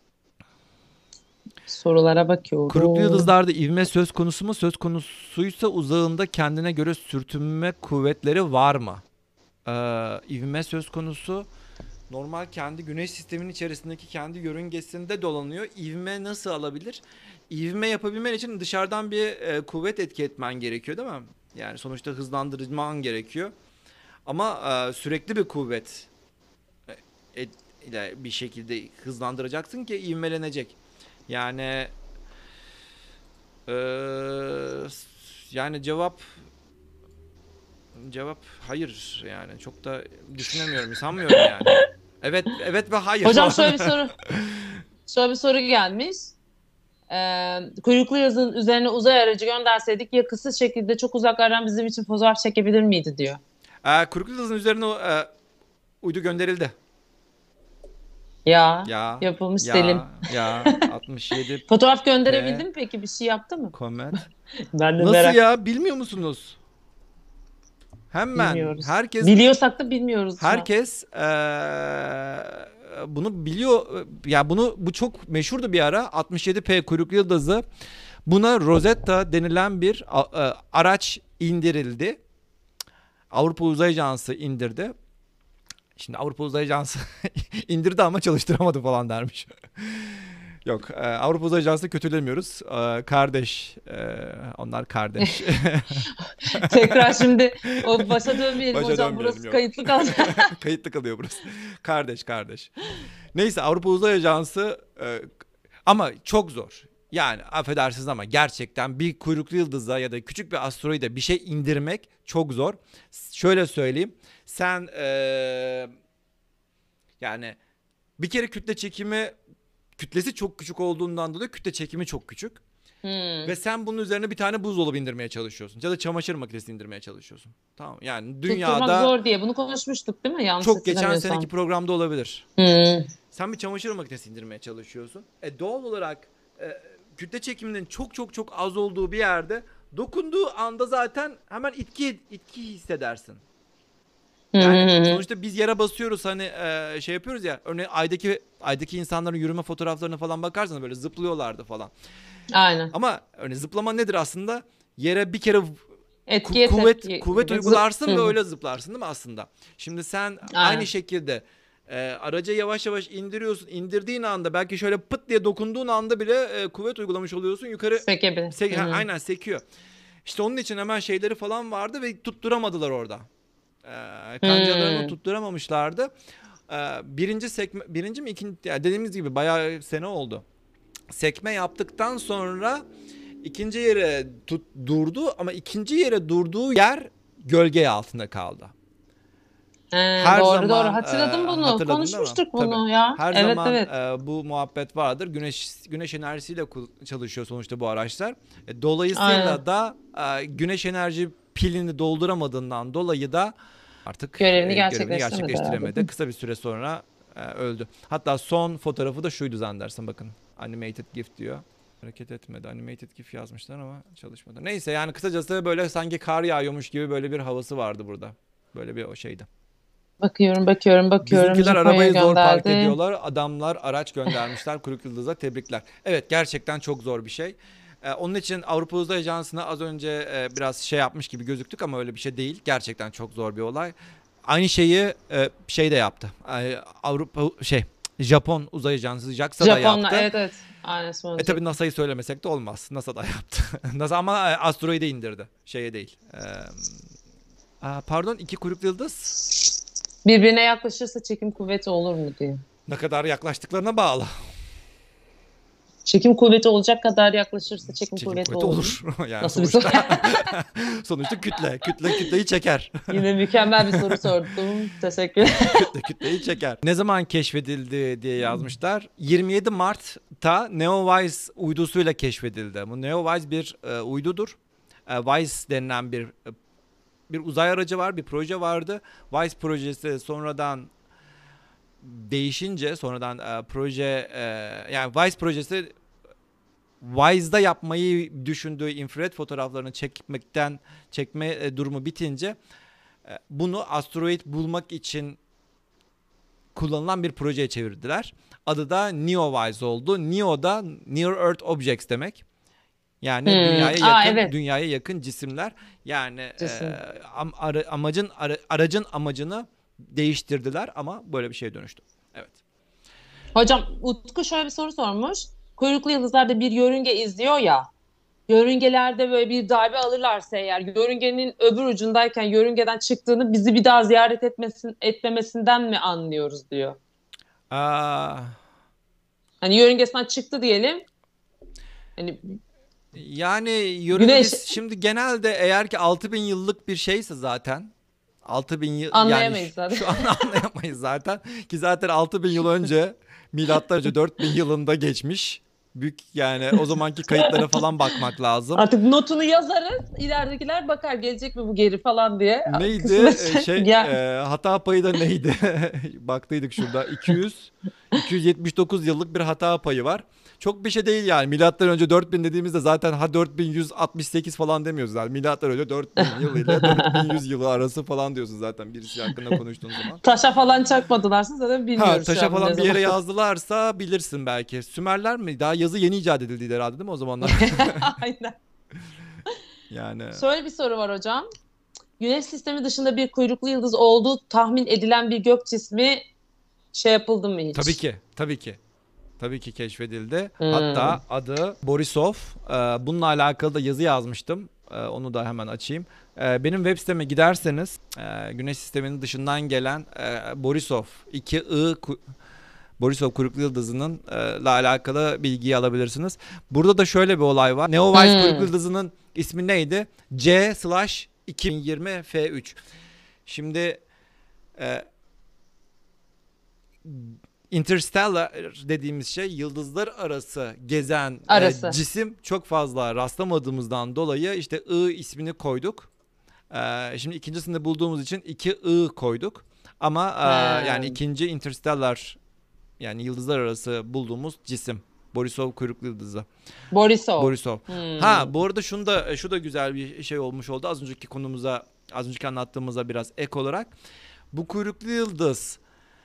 sorulara Kuyruklu bakıyorum. yıldızlarda ivme söz konusu mu? Söz konusuysa uzağında kendine göre sürtünme kuvvetleri var mı? İvme söz konusu. Normal kendi güneş sisteminin içerisindeki kendi yörüngesinde dolanıyor. İvme nasıl alabilir? İvme yapabilmen için dışarıdan bir kuvvet etki etmen gerekiyor değil mi? Yani sonuçta hızlandırman gerekiyor. Ama sürekli bir kuvvet e, ile bir şekilde hızlandıracaksın ki ivmelenecek. Yani e, yani cevap hayır yani çok da düşünemiyorum sanmıyorum yani. Evet, evet ve hayır. Hocam şöyle bir soru gelmiş. Kuyruklu yıldızın üzerine uzay aracı gönderseydik yakıtsız şekilde çok uzaklardan bizim için fotoğraf çekebilir miydi diyor. Kuyruklu Yıldız'ın üzerine uydu gönderildi. Ya Ya yapılmış Selim. ya 67 Fotoğraf P gönderebildi mi peki? Bir şey yaptı mı? Comet. Ben de Nasıl merak. ya? Bilmiyor musunuz? Hemen Bilmiyoruz. herkes Biliyorsak da bilmiyoruz şu an. herkes bunu biliyor. Ya bu çok meşhurdu bir ara. 67P kuyruklu yıldızı. Buna Rosetta denilen bir araç indirildi. Avrupa Uzay Ajansı indirdi. Şimdi Avrupa Uzay Ajansı indirdi ama çalıştıramadı falan dermiş. Yok, Avrupa Uzay Ajansı'nı kötülemiyoruz. Kardeş, onlar kardeş. Tekrar şimdi o başa dönmeyelim Başa hocam. dönmeyelim, Burası yok. kayıtlı kalacak. Kayıtlı kalıyor burası. Kardeş, kardeş. Neyse, Avrupa Uzay Ajansı ama çok zor. Yani affedersiniz ama gerçekten bir kuyruklu yıldıza ya da küçük bir asteroide bir şey indirmek çok zor. Şöyle söyleyeyim. Sen yani bir kere kütlesi çok küçük olduğundan dolayı kütle çekimi çok küçük. Ve sen bunun üzerine bir tane buzdolabı indirmeye çalışıyorsun. Ya da çamaşır makinesi indirmeye çalışıyorsun. Tamam, yani Tutturmak dünyada zor diye bunu konuşmuştuk değil mi? Yanlış çok geçen hatırlamıyorsam. seneki programda olabilir. Hmm. Sen bir çamaşır makinesi indirmeye çalışıyorsun. Doğal olarak kütle çekiminin çok çok çok az olduğu bir yerde dokunduğu anda zaten hemen itki hissedersin. Yani sonuçta biz yere basıyoruz, hani şey yapıyoruz ya, örneğin aydaki insanların yürüme fotoğraflarına falan bakarsanız böyle zıplıyorlardı falan. Aynen. Ama örneğin zıplama nedir aslında? Yere bir kere Etkiye kuvvet uygularsın ve Hı. öyle zıplarsın değil mi aslında? Şimdi sen Aynen. aynı şekilde araca yavaş yavaş indiriyorsun. İndirdiğin anda belki şöyle pıt diye dokunduğun anda bile kuvvet uygulamış oluyorsun. Yukarı Sekebilir. Hı hı. aynen sekiyor. İşte onun için hemen şeyleri falan vardı ve tutturamadılar orada. Kancalarını tutturamamışlardı. Birinci mi ikinci, yani dediğimiz gibi bayağı sene oldu. Sekme yaptıktan sonra ikinci yere durdu ama ikinci yere durduğu yer gölge altında kaldı. Her Doğru zaman hatırladım bunu. hatırladın değil mi? Konuşmuştuk Tabii. bunu ya. Her Evet zaman evet. bu muhabbet vardır. Güneş enerjisiyle çalışıyor sonuçta bu araçlar. Dolayısıyla Aynen. da güneş enerji pilini dolduramadığından dolayı da artık Görevini görevini gerçekleştiremedi herhalde. gerçekleştiremedi. Kısa bir süre sonra öldü. Hatta son fotoğrafı da şuydu zannedersin, bakın. Animated GIF diyor. Hareket etmedi. Animated GIF yazmışlar ama çalışmadı. Neyse, yani kısacası böyle sanki kar yağıyormuş gibi böyle bir havası vardı burada. Böyle bir o şeydi. Bakıyorum. Bizimkiler Japonya'ya arabayı zor park gönderdi. ediyorlar. Adamlar araç göndermişler. Kuyruk Yıldız'a tebrikler. Evet, gerçekten çok zor bir şey. Onun için Avrupa Uzay Ajansı'na az önce biraz şey yapmış gibi gözüktük ama öyle bir şey değil. Gerçekten çok zor bir olay. Aynı şeyi şey de yaptı. Japon Uzay Ajansı JAXA da Japonlar yaptı. evet. Aynen son Tabii NASA'yı söylemesek de olmaz. NASA da yaptı. NASA ama asteroidi indirdi. Şeye değil. Pardon, iki kuyruklu yıldız. Birbirine yaklaşırsa çekim kuvveti olur mu diye. Ne kadar yaklaştıklarına bağlı. Çekim kuvveti olacak kadar yaklaşırsa çekim Çekim kuvveti kuvveti olur. olur. Yani Nasıl bir soru? sonuçta kütleyi çeker. Yine mükemmel bir soru sordum. Teşekkür ederim. Kütleyi çeker. Ne zaman keşfedildi diye yazmışlar. 27 Mart'ta Neowise uydusuyla keşfedildi. Bu Neowise bir uydudur. WISE denilen bir uzay aracı var, bir proje vardı. WISE projesi sonradan değişince, proje yani WISE projesi WISE'da yapmayı düşündüğü infrared fotoğraflarını çekme durumu bitince bunu asteroid bulmak için kullanılan bir projeye çevirdiler. Adı da NEOWISE oldu. NEO da Near Earth Objects demek. Yani dünyaya yakın cisimler. Yani Cisim. aracın amacını değiştirdiler ama böyle bir şeye dönüştü. Evet. Hocam Utku şöyle bir soru sormuş. Kuyruklu yıldızlarda bir yörünge izliyor ya. Yörüngelerde böyle bir darbe alırlarsa eğer yörüngenin öbür ucundayken yörüngeden çıktığını bizi bir daha ziyaret etmemesinden mi anlıyoruz diyor. Aa, Hani yörüngesinden çıktı diyelim. Hani yani Güneş şimdi genelde eğer ki 6000 yıllık bir şeyse zaten 6000 yıl Anlayamayız zaten. şu an anlayamayız zaten ki zaten 6000 yıl önce milattan önce 4000 yılında geçmiş. Büyük yani o zamanki kayıtlara falan bakmak lazım. Artık notunu yazarız. İleridekiler bakar gelecek mi bu geri falan diye. Neydi? Kısmet. Hata payı da neydi? Baktıydık şurada. 279 yıllık bir hata payı var. Çok bir şey değil yani. Milattan önce 4000 dediğimizde zaten 4168 falan demiyoruz yani. Milattan önce 4000 yıl ile 4100 yılı arası falan diyorsun zaten birisi hakkında konuştuğun zaman. Taşa falan çakmadılarsa zaten bilmiyoruz şu Taşa an falan ne bir yere zaman. yazdılarsa bilirsin belki. Sümerler mi? Daha yazı yeni icat edildiydi herhalde değil mi o zamanlar? Aynen. Yani Şöyle bir soru var hocam. Güneş sistemi dışında bir kuyruklu yıldız olduğu tahmin edilen bir gök cismi şey yapıldı mı tabii hiç? ki, tabii ki. Tabii ki keşfedildi. Hmm. Hatta adı Borisov. Bununla alakalı da yazı yazmıştım. Onu da hemen açayım. Benim web siteme giderseniz Güneş sisteminin dışından gelen Borisov 2I Borisov kuyruklu yıldızının la alakalı bilgiyi alabilirsiniz. Burada da şöyle bir olay var. Neowise kuyruklu yıldızının ismi neydi? C/2020 F3. Şimdi Interstellar dediğimiz şey yıldızlar arası gezen Arası. cisim çok fazla rastlamadığımızdan dolayı işte I ismini koyduk. Şimdi ikincisinde bulduğumuz için 2I koyduk. Ama yani He. ikinci Interstellar yani yıldızlar arası bulduğumuz cisim Borisov kuyruklu yıldızı. Borisov. Borisov. Hmm. Bu arada şu da güzel bir şey olmuş oldu. Az önceki anlattığımıza biraz ek olarak. Bu kuyruklu yıldız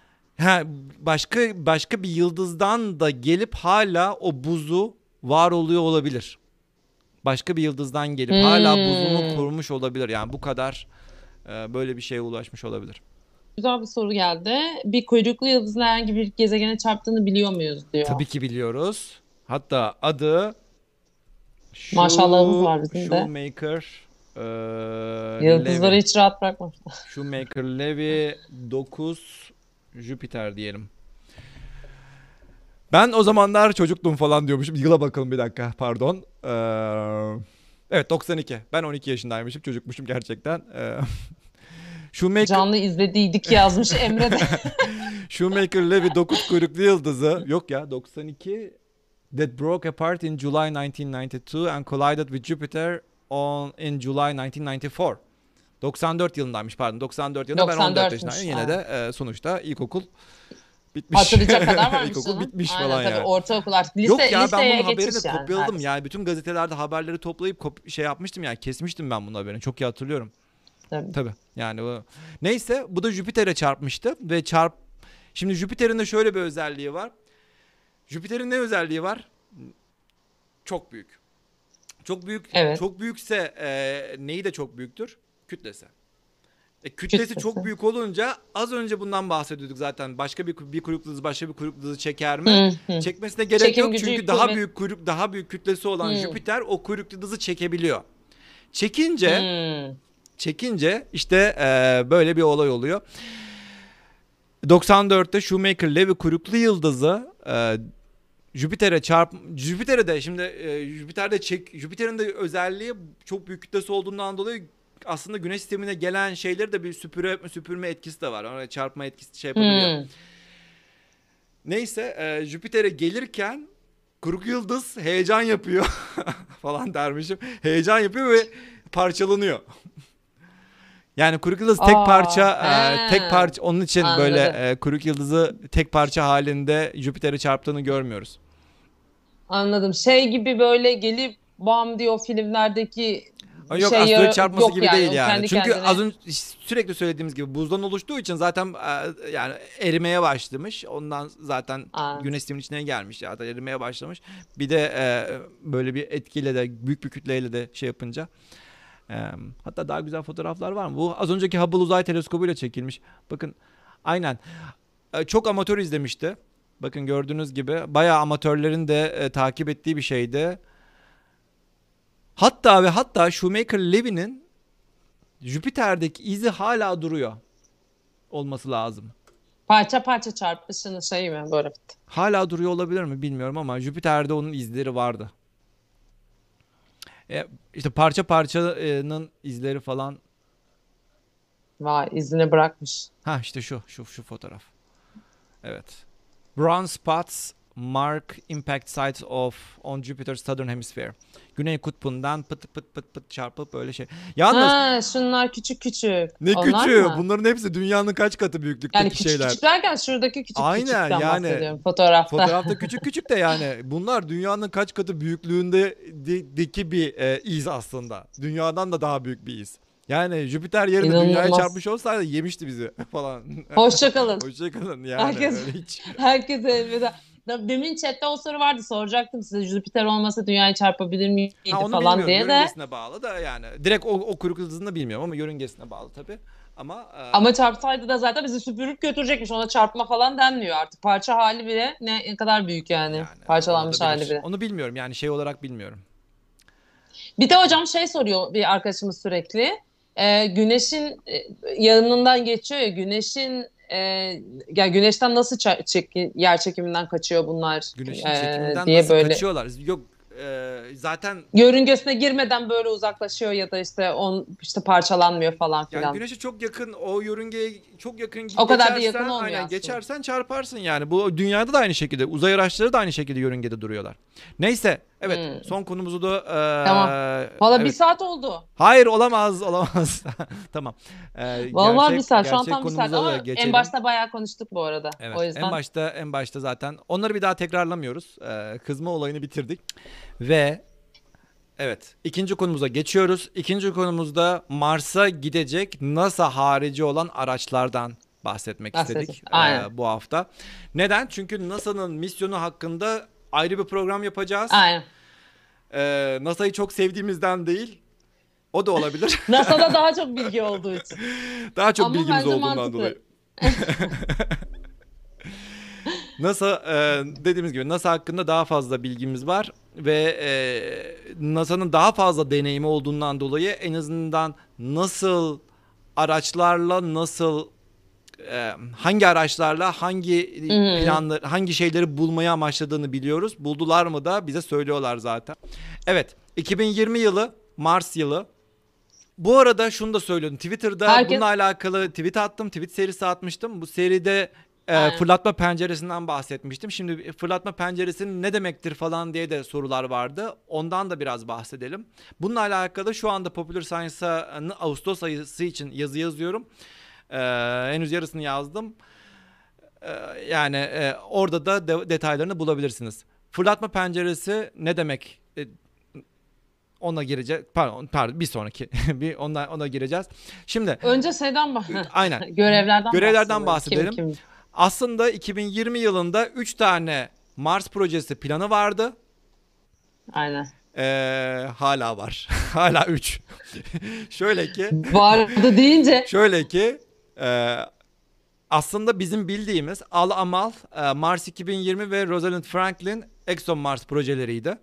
başka bir yıldızdan da gelip hala o buzu var oluyor olabilir. Başka bir yıldızdan gelip hala buzunu korumuş olabilir. Yani bu kadar böyle bir şeye ulaşmış olabilir. Güzel bir soru geldi. Bir kuyruklu yıldızın herhangi bir gezegene çarptığını biliyor muyuz diyor. Tabii ki biliyoruz. Hatta adı Maşallahımız var bizim de. Shoemaker Yıldızları Levy. hiç rahat bırakmamış. Shoemaker Levy 9 Jüpiter diyelim. Ben o zamanlar çocuktum falan diyormuşum. Yıla bakalım bir dakika pardon. Evet 92. Ben 12 yaşındaymışım. Çocukmuşum gerçekten. Shoemaker, Canlı izlediydik yazmış Emre de. Shoemaker Levy 9 kuyruklu yıldızı. Yok ya 92. That broke apart in July 1992 and collided with Jupiter in July 1994. 94 yılındaymış pardon. 94 yılında ben 14 yaşındayım. Yine de sonuçta ilkokul bitmiş. Hatırlayacak kadar varmış İlkokul canım. bitmiş Aynen falan tabii yani. ortaokul artık Yok ya ben liseye bunun haberini geçiş yani. kopyaladım. Evet. Yani bütün gazetelerde haberleri toplayıp şey yapmıştım yani kesmiştim ben bunun haberini. Çok iyi hatırlıyorum. Tabii. Tabii. Yani neyse bu da Jüpiter'e çarpmıştı ve şimdi Jüpiter'in de şöyle bir özelliği var. Jüpiter'in ne özelliği var? Çok büyük. Çok büyük. Evet. Çok büyükse neyi de çok büyüktür? Kütlesi. Kütlesi çok büyük olunca az önce bundan bahsediyorduk zaten. Başka bir kuyruklu yıldız başka bir kuyruklu yıldızı çeker mi? Çekmesine gerek Çekim yok gücü, çünkü kuvvet. daha büyük kütlesi olan Jüpiter o kuyruklu yıldızı çekebiliyor. Çekince işte böyle bir olay oluyor. 94'te Shoemaker-Levy kuyruklu yıldızı Jüpiter'e de şimdi Jüpiter'in de özelliği çok büyük kütlesi olduğundan dolayı aslında Güneş sistemine gelen şeyleri de bir süpürme etkisi de var. Ona çarpma etkisi şey yapabiliyor. Neyse Jüpiter'e gelirken kuyruklu yıldız heyecan yapıyor falan dermişim. Heyecan yapıyor ve parçalanıyor. Yani kuyruk yıldızı tek parça onun için Anladım. böyle kuyruk yıldızı tek parça halinde Jüpiter'e çarptığını görmüyoruz. Anladım. Şey gibi böyle gelip bam diyor filmlerdeki Yok şey asteroid çarpması yok gibi yani. değil O yani. kendi Çünkü kendine. az önce sürekli söylediğimiz gibi buzdan oluştuğu için zaten yani erimeye başlamış. Ondan zaten Güneş sisteminin içine gelmiş zaten erimeye başlamış. Bir de böyle bir etkiyle de büyük bir kütleyle de şey yapınca. Hatta daha güzel fotoğraflar var mı? Bu az önceki Hubble Uzay Teleskobu'yla çekilmiş. Bakın aynen. Çok amatör izlemişti. Bakın gördüğünüz gibi bayağı amatörlerin de takip ettiği bir şeydi. Hatta Shoemaker-Levy'nin Jüpiter'deki izi hala duruyor olması lazım. Parça parça çarpışının şeyi mi böyle? Hala duruyor olabilir mi bilmiyorum ama Jüpiter'de onun izleri vardı. İşte parça parçanın izleri falan Vay, izini bırakmış. Ha işte şu fotoğraf. Evet. Brown spots mark impact sites of on Jupiter's southern hemisphere. Güney kutbundan pıt pıt pıt pıt çarpıp böyle şey. Yalnız Ha, şunlar küçük küçük. ne Onlar küçüğü. mı? Bunların hepsi dünyanın kaç katı Yani büyüklükteki küçük şeyler. küçük derken şuradaki küçük Aynen küçükten yani bahsediyorum fotoğrafta. fotoğrafta küçük küçük de yani bunlar dünyanın kaç katı büyüklüğündeki bir iz aslında. Dünyadan da daha büyük bir iz. Yani Jüpiter yerine dünyaya İnanılmaz. çarpmış olsaydı yemişti bizi falan. Hoşça kalın. Hoşçakalın yani Herkes öyle hiç. herkese elveda. Demin chatte o soru vardı, soracaktım size, Jüpiter olmasa dünyayı çarpabilir Ha miydi onu falan bilmiyorum. diye de. Yörüngesine bağlı da yani. Direkt o kuyruk hızını bilmiyorum ama yörüngesine bağlı tabii. Ama Ama çarpsaydı da zaten bizi süpürüp götürecekmiş. Ona çarpma falan denmiyor artık. Parça hali bile ne kadar büyük yani. yani Parçalanmış hali olabilir. bile. Onu bilmiyorum yani şey olarak bilmiyorum. Bir de hocam şey soruyor bir arkadaşımız sürekli. Güneşin yanından geçiyor ya, güneşin yani güneşten nasıl yer çekiminden kaçıyor bunlar Güneşin çekiminden diye nasıl böyle kaçıyorlar? Yok zaten yörüngesine girmeden böyle uzaklaşıyor ya da işte parçalanmıyor falan yani filan. güneşe çok yakın o yörüngeye çok yakın O kadar da geçersen yakın olmuyor aynen aslında. geçersen çarparsın yani. Bu dünyada da aynı şekilde uzay araçları da aynı şekilde yörüngede duruyorlar. Neyse evet Hmm. son konumuzu da Tamam. Valla bir evet. saat oldu. Hayır olamaz. Tamam. Vallahi bir saat. Şu an Gerçek tam bir saat konumuza da ama en geçelim. başta bayağı konuştuk bu arada. Evet. O En yüzden. başta zaten onları bir daha tekrarlamıyoruz. Kızma olayını bitirdik. Ve evet, ikinci konumuza geçiyoruz. İkinci konumuzda Mars'a gidecek NASA harici olan araçlardan bahsetmek Bahsedeceğiz. istedik Aynen. bu hafta. Neden? Çünkü NASA'nın misyonu hakkında ayrı bir program yapacağız. Aynen. NASA'yı çok sevdiğimizden değil. O da olabilir. NASA'da daha çok bilgi olduğu için. Daha çok Ama bilgimiz bence olduğundan mantıklı. dolayı. NASA dediğimiz gibi NASA hakkında daha fazla bilgimiz var ve NASA'nın daha fazla deneyimi olduğundan dolayı en azından nasıl araçlarla hangi araçlarla hangi Hmm. planlar hangi şeyleri bulmayı amaçladığını biliyoruz. Buldular mı da bize söylüyorlar zaten. Evet, 2020 yılı Mars yılı. Bu arada şunu da söylüyordum. Twitter'da Herkes bununla alakalı tweet attım. Tweet serisi atmıştım. Bu seride aynen. fırlatma penceresinden bahsetmiştim. Şimdi fırlatma penceresinin ne demektir falan diye de sorular vardı. Ondan da biraz bahsedelim. Bununla alakalı şu anda Popular Science'ın Ağustos ayısı için yazı yazıyorum. Henüz yarısını yazdım. Yani orada da detaylarını bulabilirsiniz. Fırlatma penceresi ne demek? Ona gireceğiz. Pardon bir sonraki bir ona gireceğiz. Şimdi Önce şeyden aynen görevlerden bahsedelim. Kim? Aslında 2020 yılında 3 tane Mars projesi planı vardı. Aynen. Hala var. Hala 3. şöyle ki Vardı deyince şöyle ki e, aslında bizim bildiğimiz Al-Amal, Mars 2020 ve Rosalind Franklin ExoMars projeleriydi.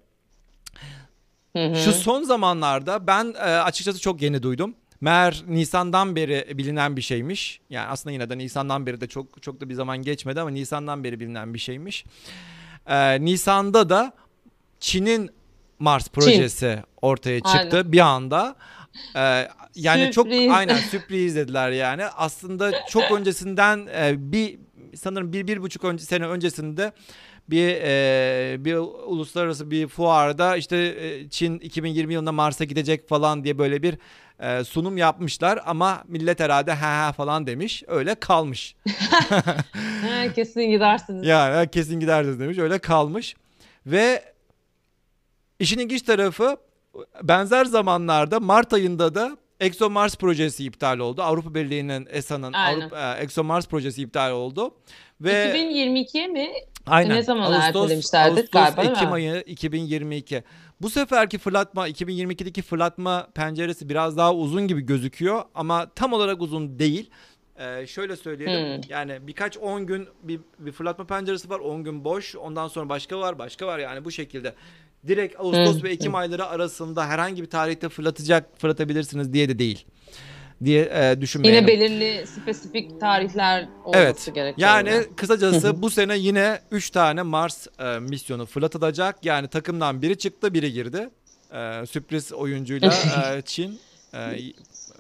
Şu son zamanlarda ben açıkçası çok yeni duydum. Meğer Nisan'dan beri bilinen bir şeymiş. Yani aslında yine de Nisan'dan beri de çok da bir zaman geçmedi ama Nisan'dan beri bilinen bir şeymiş. Nisan'da da Çin'in Mars projesi ortaya çıktı aynen. bir anda. Yani çok Sürpriz. aynen sürpriz dediler yani. Aslında çok öncesinden sanırım bir buçuk sene öncesinde bir uluslararası bir fuarda işte Çin 2020 yılında Mars'a gidecek falan diye böyle bir sunum yapmışlar ama millet herhalde ha falan demiş, öyle kalmış. Kesin gidersiniz. Yani kesin gidersiniz demiş, öyle kalmış. Ve işin ilginç tarafı benzer zamanlarda Mart ayında da ExoMars projesi iptal oldu. Avrupa Birliği'nin ESA'nın Aynen. ExoMars projesi iptal oldu. Ve 2022 mi? aynen. Ne zaman Ağustos, ertelemişlerdi galiba, değil Ekim mi? ayı 2022. Bu seferki 2022'deki fırlatma penceresi biraz daha uzun gibi gözüküyor ama tam olarak uzun değil. Şöyle söyleyelim. Hmm. Yani birkaç 10 gün bir fırlatma penceresi var. 10 gün boş. Ondan sonra başka var. Yani bu şekilde. Direkt Ağustos Hmm. ve Ekim ayları arasında herhangi bir tarihte fırlatabilirsiniz diye de değil diye Yine düşünmeyelim. belirli spesifik tarihler olması Evet. gerekiyor. Yani kısacası bu sene yine 3 tane Mars misyonu fırlatılacak. Yani takımdan biri çıktı, biri girdi. Sürpriz oyuncuyla Çin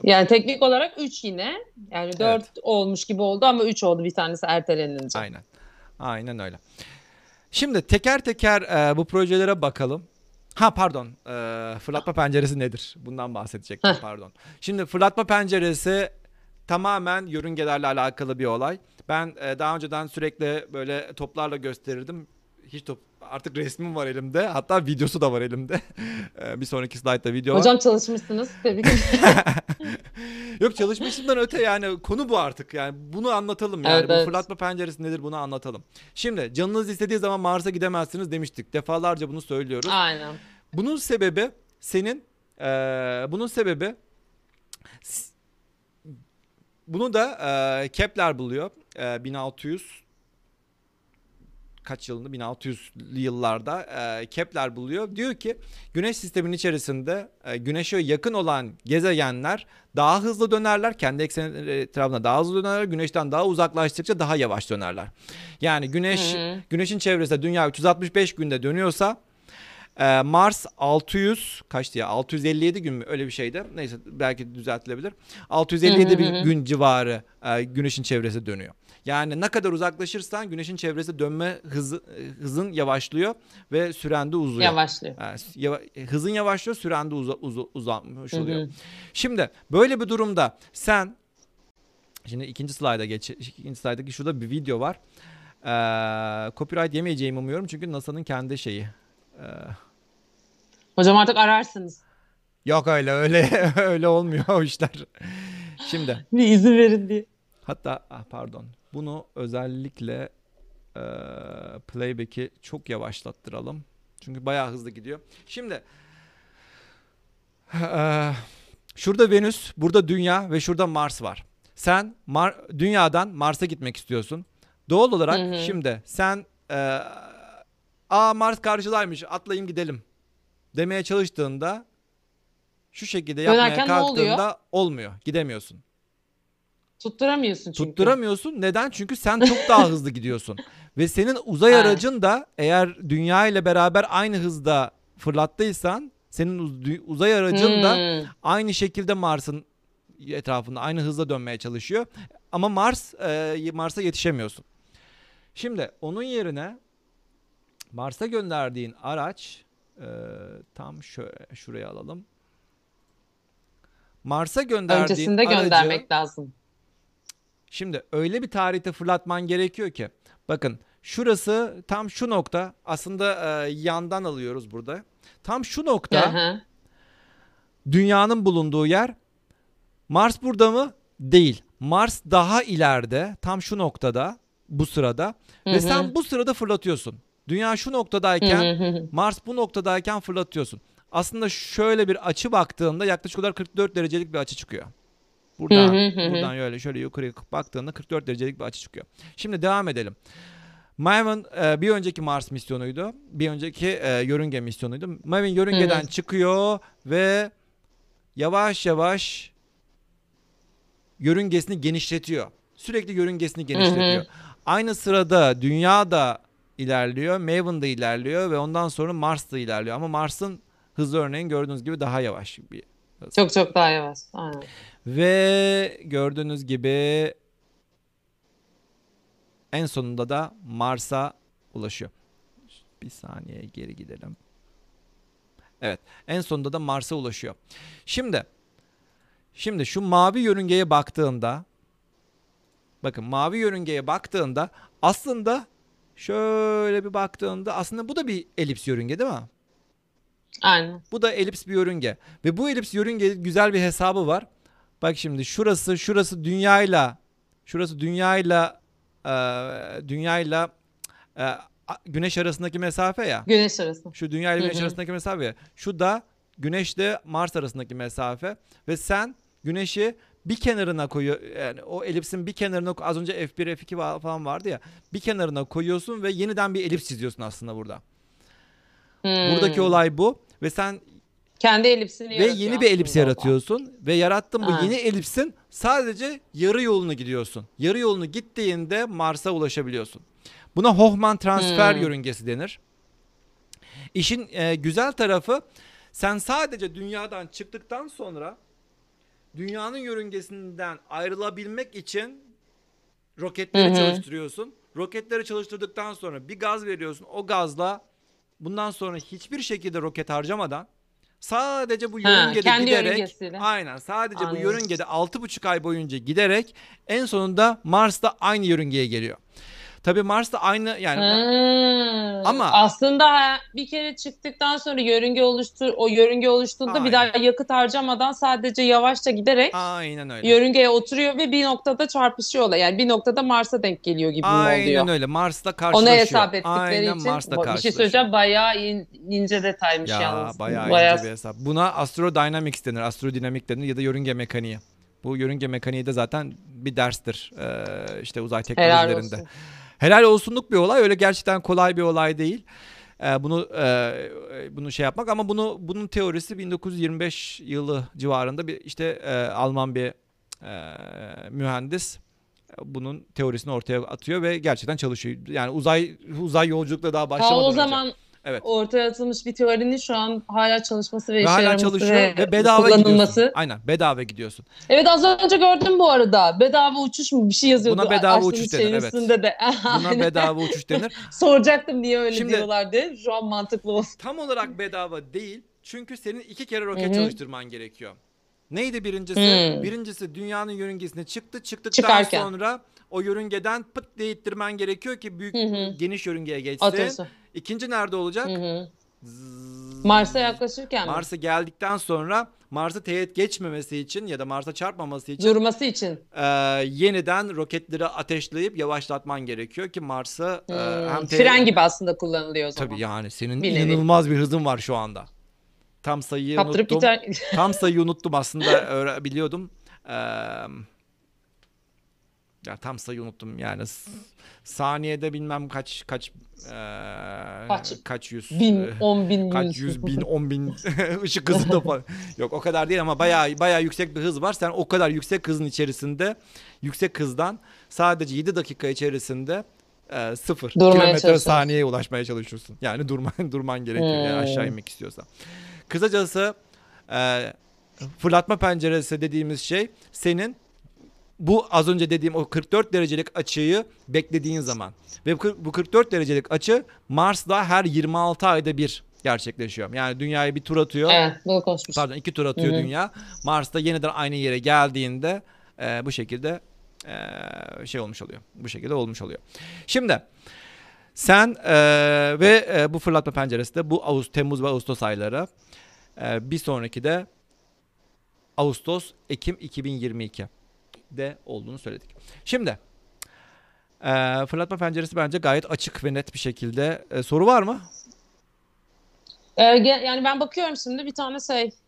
Yani teknik olarak 3 yine. Yani 4 Evet. olmuş gibi oldu ama 3 oldu, bir tanesi ertelenince. Aynen. Aynen öyle. Şimdi teker teker bu projelere bakalım. Ha pardon. Fırlatma penceresi nedir? Bundan bahsedecektim, Heh. pardon. Şimdi fırlatma penceresi tamamen yörüngelerle alakalı bir olay. Ben daha önceden sürekli böyle toplarla gösterirdim. Hiç top, artık resmim var elimde. Hatta videosu da var elimde. Bir sonraki slaytta video var. Hocam çalışmışsınız. Tebrik ederim. Yok, çalışmışımdan öte, yani konu bu artık. Yani bunu anlatalım, Evet, yani bu evet. fırlatma penceresi nedir, bunu anlatalım. Şimdi canınız istediği zaman Mars'a gidemezsiniz demiştik. Defalarca bunu söylüyoruz. Aynen. Bunun sebebi senin bunun sebebi s- bunu da Kepler buluyor. 1600 kaç yılında, 1600'lü yıllarda Kepler buluyor. Diyor ki Güneş sisteminin içerisinde Güneş'e yakın olan gezegenler daha hızlı dönerler. Kendi eksenleri etrafında daha hızlı dönerler. Güneşten daha uzaklaştıkça daha yavaş dönerler. Yani Hı hı. Güneş'in çevresinde Dünya 365 günde dönüyorsa Mars 600 kaçtı ya, 657 gün mü, öyle bir şeydi. Neyse, belki düzeltilebilir. Hı hı 657 hı. Hı. gün civarı Güneş'in çevresi dönüyor. Yani ne kadar uzaklaşırsan Güneş'in çevresi dönme hızın yavaşlıyor ve süren de uzuyor. Yavaşlıyor. Hızın yavaşlıyor, süren de uzamış Hı oluyor. hı. Şimdi böyle bir durumda sen, şimdi ikinci slayddaki şurada bir video var. Copyright yemeyeceğimi umuyorum çünkü NASA'nın kendi şeyi. Ee, Hocam artık ararsınız. Yok, öyle öyle olmuyor o işler. Şimdi Bir izin verin diye. hatta pardon, bunu özellikle e, playback'i çok yavaşlattıralım. Çünkü bayağı hızlı gidiyor. Şimdi e, şurada Venüs, burada Dünya ve şurada Mars var. Sen Dünya'dan Mars'a gitmek istiyorsun. Doğal Hı olarak hı. şimdi sen Mars karşıdaymış, atlayayım gidelim demeye çalıştığında, şu şekilde yapmaya Dönerken ne oluyor? kalktığında olmuyor. Gidemiyorsun. Tutturamıyorsun çünkü. Tutturamıyorsun. Neden? Çünkü sen çok daha hızlı gidiyorsun. Ve senin uzay Ha. aracın da, eğer Dünya ile beraber aynı hızda fırlattıysan, senin uzay aracın da Hmm. aynı şekilde Mars'ın etrafında aynı hızla dönmeye çalışıyor. Ama Mars'a yetişemiyorsun. Şimdi onun yerine Mars'a gönderdiğin araç, tam şuraya alalım. Mars'a gönderdiğin Öncesinde aracı göndermek lazım. şimdi öyle bir tarihte fırlatman gerekiyor ki, bakın şurası tam şu nokta, aslında yandan alıyoruz burada. Tam şu Hı nokta hı. dünyanın bulunduğu yer. Mars burada mı? Değil. Mars daha ileride, tam şu noktada, bu sırada, Hı ve hı. sen bu sırada fırlatıyorsun. Dünya şu Hı noktadayken, hı hı hı. Mars bu noktadayken fırlatıyorsun. Aslında şöyle bir açı baktığında yaklaşık olarak 44 derecelik bir açı çıkıyor. Hı Buradan hı hı hı. buradan şöyle yukarıya baktığında 44 derecelik bir açı çıkıyor. Şimdi devam edelim. Maven bir önceki Mars misyonuydu. Bir önceki yörünge misyonuydu. Maven Hı hı. yörüngeden çıkıyor ve yavaş yavaş yörüngesini genişletiyor. Sürekli yörüngesini Hı hı. genişletiyor. Aynı sırada Dünya da ilerliyor, Maven da ilerliyor ve ondan sonra Mars da ilerliyor. Ama Mars'ın hızı, örneğin gördüğünüz gibi, daha yavaş bir hız. Çok çok daha yavaş. Aynen. Ve gördüğünüz gibi en sonunda da Mars'a ulaşıyor. Bir saniye geri gidelim. Evet, en sonunda da Mars'a ulaşıyor. Şimdi şu mavi yörüngeye baktığında, bakın mavi yörüngeye baktığında, aslında şöyle bir baktığında, aslında bu da bir elips yörünge değil mi? Aynen. Bu da elips bir yörünge ve bu elips yörünge güzel bir hesabı var. Bak şimdi şurası dünyayla e, dünyayla e, güneş arasındaki mesafe ya. Güneş arası. Şu dünya ile Hı güneş hı. arasındaki mesafe ya. Şu da güneşle Mars arasındaki mesafe ve sen güneşi bir kenarına koyuyor, yani o elipsin bir kenarına, az önce F1 F2 falan vardı ya, bir kenarına koyuyorsun ve yeniden bir elips çiziyorsun aslında burada. Buradaki Hmm. olay bu ve sen Kendi elipsini ve yaratıyor yeni bir elips aslında o da. yaratıyorsun ve yarattığın bu yeni Ha. elipsin sadece yarı yolunu gidiyorsun. Yarı yolunu gittiğinde Mars'a ulaşabiliyorsun. Buna Hoffman transfer Hmm. yörüngesi denir. İşin güzel tarafı, sen sadece dünyadan çıktıktan sonra dünyanın yörüngesinden ayrılabilmek için Hı roketleri hı. çalıştırıyorsun. Roketleri çalıştırdıktan sonra bir gaz veriyorsun. O gazla bundan sonra hiçbir şekilde roket harcamadan sadece bu Ha, yörüngede kendi giderek, yörüngesiyle. aynen, sadece bu Anladım. yörüngede 6,5 ay boyunca giderek en sonunda Mars'ta aynı yörüngeye geliyor. Tabii Mars'ta aynı yani ama Aslında bir kere çıktıktan sonra o yörünge oluştuğunda bir aynen, daha yakıt harcamadan sadece yavaşça giderek aynen öyle. yörüngeye oturuyor ve bir noktada çarpışıyorlar. Yani bir noktada Mars'a denk geliyor gibi mi Aynen oluyor? öyle. Mars'la Onu karşılaşıyor. hesap ettikleri Aynen için Mars'la bir şey karşılaşıyor. söyleyeceğim. Bayağı ince detaymış Ya yalnız. bayağı Bayağı. ince bir hesap. Buna astrodynamics denir, astrodinamik denir ya da yörünge mekaniği. Bu yörünge mekaniği de zaten bir derstir işte uzay Helal teknolojilerinde. olsun. Helal olsunluk bir olay. Öyle gerçekten kolay bir olay değil. Bunu şey yapmak ama bunun teorisi 1925 yılı civarında bir işte Alman bir mühendis bunun teorisini ortaya atıyor ve gerçekten çalışıyor. Yani uzay yolculukla daha Ta o başlamadan önce. zaman Evet. ortaya atılmış bir teorinin şu an hala çalışması ve Ve işe hala yaraması çalışıyor ve ve bedava gidiyorsun. kullanılması. Aynen, bedava gidiyorsun. Evet, az önce gördüm bu arada. Bedava uçuş mu bir şey yazıyordu Buna bedava uçuş açtığımız denir, şeyin evet. üstünde de. Buna Aynen. bedava uçuş denir. Soracaktım niye öyle Şimdi diyorlar diye. Şu an mantıklı olsun. tam olarak bedava değil. Çünkü senin 2 kere Hı roket hı. çalıştırman gerekiyor. Neydi birincisi? Hmm. Birincisi dünyanın yörüngesine çıktı. Çıktıktan Çıkarken. sonra o yörüngeden pıt diye ittirmen gerekiyor ki büyük Hı hı. geniş yörüngeye geçsin. Atıyorsun. İkinci nerede Hı olacak? hı. Mars'a Zzz. yaklaşırken mi? Mars'a geldikten sonra Mars'a teğet geçmemesi için ya da Mars'a çarpmaması için Durması için. yeniden roketleri ateşleyip yavaşlatman gerekiyor ki Mars'a hem Fren gibi aslında kullanılıyor o tabii zaman. yani senin Bir nevi. inanılmaz bir hızın var şu anda. Tam sayıyı Kaptırıp unuttum. gider. Tam sayıyı unuttum aslında biliyordum. Ya tam sayıyı unuttum yani saniyede bilmem Kaç? kaç yüz Bin, 10.000, kaç 100. 100 bin 10 bin ışık hızında falan. Yok o kadar değil ama bayağı yüksek bir hız var. Sen o kadar yüksek hızın içerisinde yüksek hızdan sadece 7 dakika içerisinde 0 Durmaya kilometre çalışıyorsun. saniyeye ulaşmaya çalışıyorsun. Yani durman gerekiyor yani aşağı inmek istiyorsan. Kısacası fırlatma penceresi dediğimiz şey senin bu az önce dediğim o 44 derecelik açıyı beklediğin zaman ve bu 44 derecelik açı Mars'la her 26 ayda bir gerçekleşiyor. Yani dünyayı bir tur atıyor. Evet, bunu konuşmuş. Pardon, 2 tur Hı atıyor hı. dünya. Mars'ta yeniden aynı yere geldiğinde bu şekilde şey olmuş oluyor. Bu şekilde olmuş oluyor. Şimdi sen bu fırlatma penceresi de bu Temmuz ve Ağustos ayları. Bir sonraki de Ekim 2022 de olduğunu söyledik. Şimdi fırlatma penceresi bence gayet açık ve net bir şekilde. Soru var mı? Yani ben bakıyorum şimdi bir tane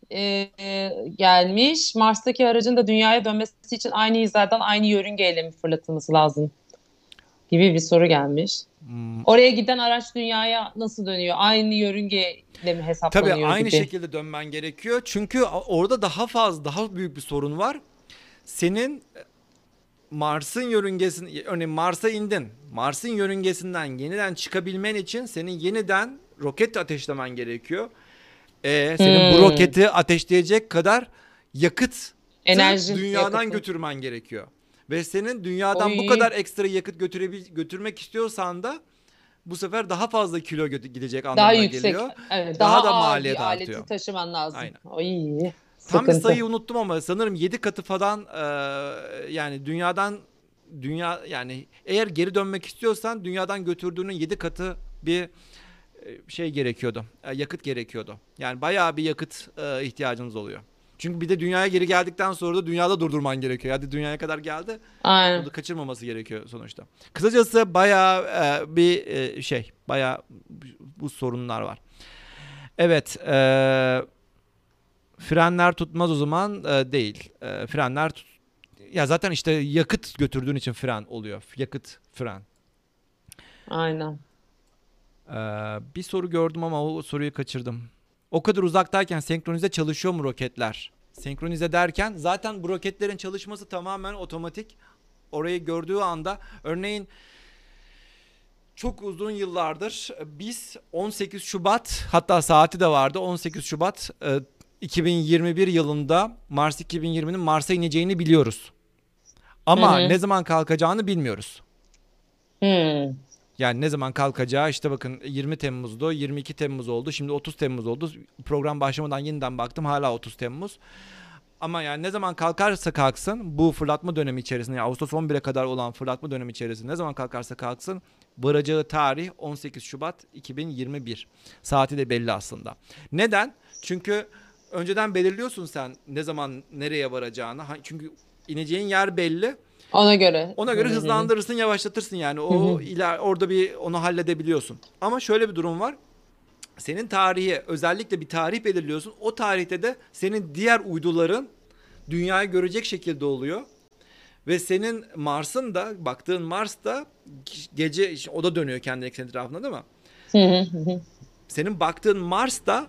gelmiş. Mars'taki aracın da dünyaya dönmesi için aynı hizada aynı yörüngeyle mi fırlatılması lazım gibi bir soru gelmiş. Hmm. Oraya giden araç dünyaya nasıl dönüyor? Aynı yörüngeyle mi Tabii hesaplanıyor aynı gibi. şekilde dönmen gerekiyor. Çünkü orada daha büyük bir sorun var. Senin Mars'ın yörüngesini, örneğin Mars'a indin. Mars'ın yörüngesinden yeniden çıkabilmen için senin yeniden roket ateşlemen gerekiyor. Senin bu roketi ateşleyecek kadar yakıt Enerji, dünyadan yakıtı. götürmen gerekiyor. Ve senin dünyadan bu Oy. kadar ekstra yakıt götürmek istiyorsan da bu sefer daha fazla kilo gidecek Daha anlamına yüksek. geliyor. Evet, Daha daha da ağır maliyet bir aleti artıyor. taşıman lazım. Aynen. Oy. Tam bir Sıkıntı. sayıyı unuttum ama sanırım 7 katı falan yani yani eğer geri dönmek istiyorsan dünyadan götürdüğünün 7 katı bir şey gerekiyordu. Yakıt gerekiyordu. Yani bayağı bir yakıt ihtiyacınız oluyor. Çünkü bir de dünyaya geri geldikten sonra da dünyada durdurman gerekiyor. Hadi dünyaya kadar geldi. Aynen. Bunu kaçırmaması gerekiyor sonuçta. Kısacası bayağı bayağı bu sorunlar var. Evet, frenler tutmaz o zaman değil. Ya zaten işte yakıt götürdüğün için fren oluyor. Yakıt, fren. Aynen. Bir soru gördüm ama o soruyu kaçırdım. O kadar uzaktayken senkronize çalışıyor mu roketler? Senkronize derken zaten bu roketlerin çalışması tamamen otomatik. Orayı gördüğü anda örneğin çok uzun yıllardır biz 18 Şubat hatta saati de vardı 18 Şubat 2021 yılında Mars 2020'nin Mars'a ineceğini biliyoruz. Hı Ama hı. ne zaman kalkacağını bilmiyoruz. Hmm. Yani ne zaman kalkacağı işte bakın 20 Temmuz'du, 22 Temmuz oldu, şimdi 30 Temmuz oldu. Program başlamadan yeniden baktım, hala 30 Temmuz. Ama yani ne zaman kalkarsa kalksın bu fırlatma dönemi içerisinde, yani Ağustos 11'e kadar olan fırlatma dönemi içerisinde ne zaman kalkarsa kalksın varacağı tarih 18 Şubat 2021. Saati de belli aslında. Neden? Çünkü önceden belirliyorsun sen ne zaman nereye varacağını. Çünkü ineceğin yer belli. Ona göre. Ona Hı göre hı hı. hızlandırırsın, yavaşlatırsın yani. Hı hı. Orada bir onu halledebiliyorsun. Ama şöyle bir durum var. Senin tarihi, özellikle bir tarih belirliyorsun. O tarihte de senin diğer uyduların dünyayı görecek şekilde oluyor. Ve senin Mars'ın da, baktığın Mars da gece, o da dönüyor kendi ekseni etrafında değil mi? Hı hı hı hı. Senin baktığın Mars da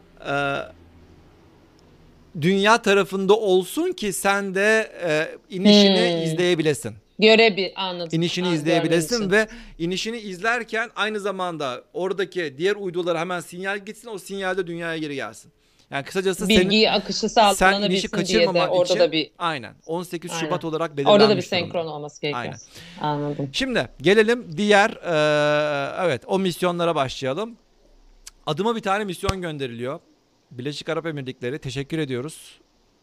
dünya tarafında olsun ki sen de inişini Hmm. izleyebilesin. Anladım. İnişini Görmen izleyebilesin için. ve inişini izlerken aynı zamanda oradaki diğer uydulara hemen sinyal gitsin, o sinyalde dünyaya geri gelsin. Yani kısacası Bilgi akışı sen inişi sağlanabilsin diye de kaçırmaman orada da için bir aynen 18 Şubat aynen. olarak Orada da bir belirlenmiş durumda. senkron olması gerekiyor. Aynen. Anladım. Şimdi gelelim diğer evet, o misyonlara başlayalım. Adıma bir tane misyon gönderiliyor. Birleşik Arap Emirlikleri, teşekkür ediyoruz.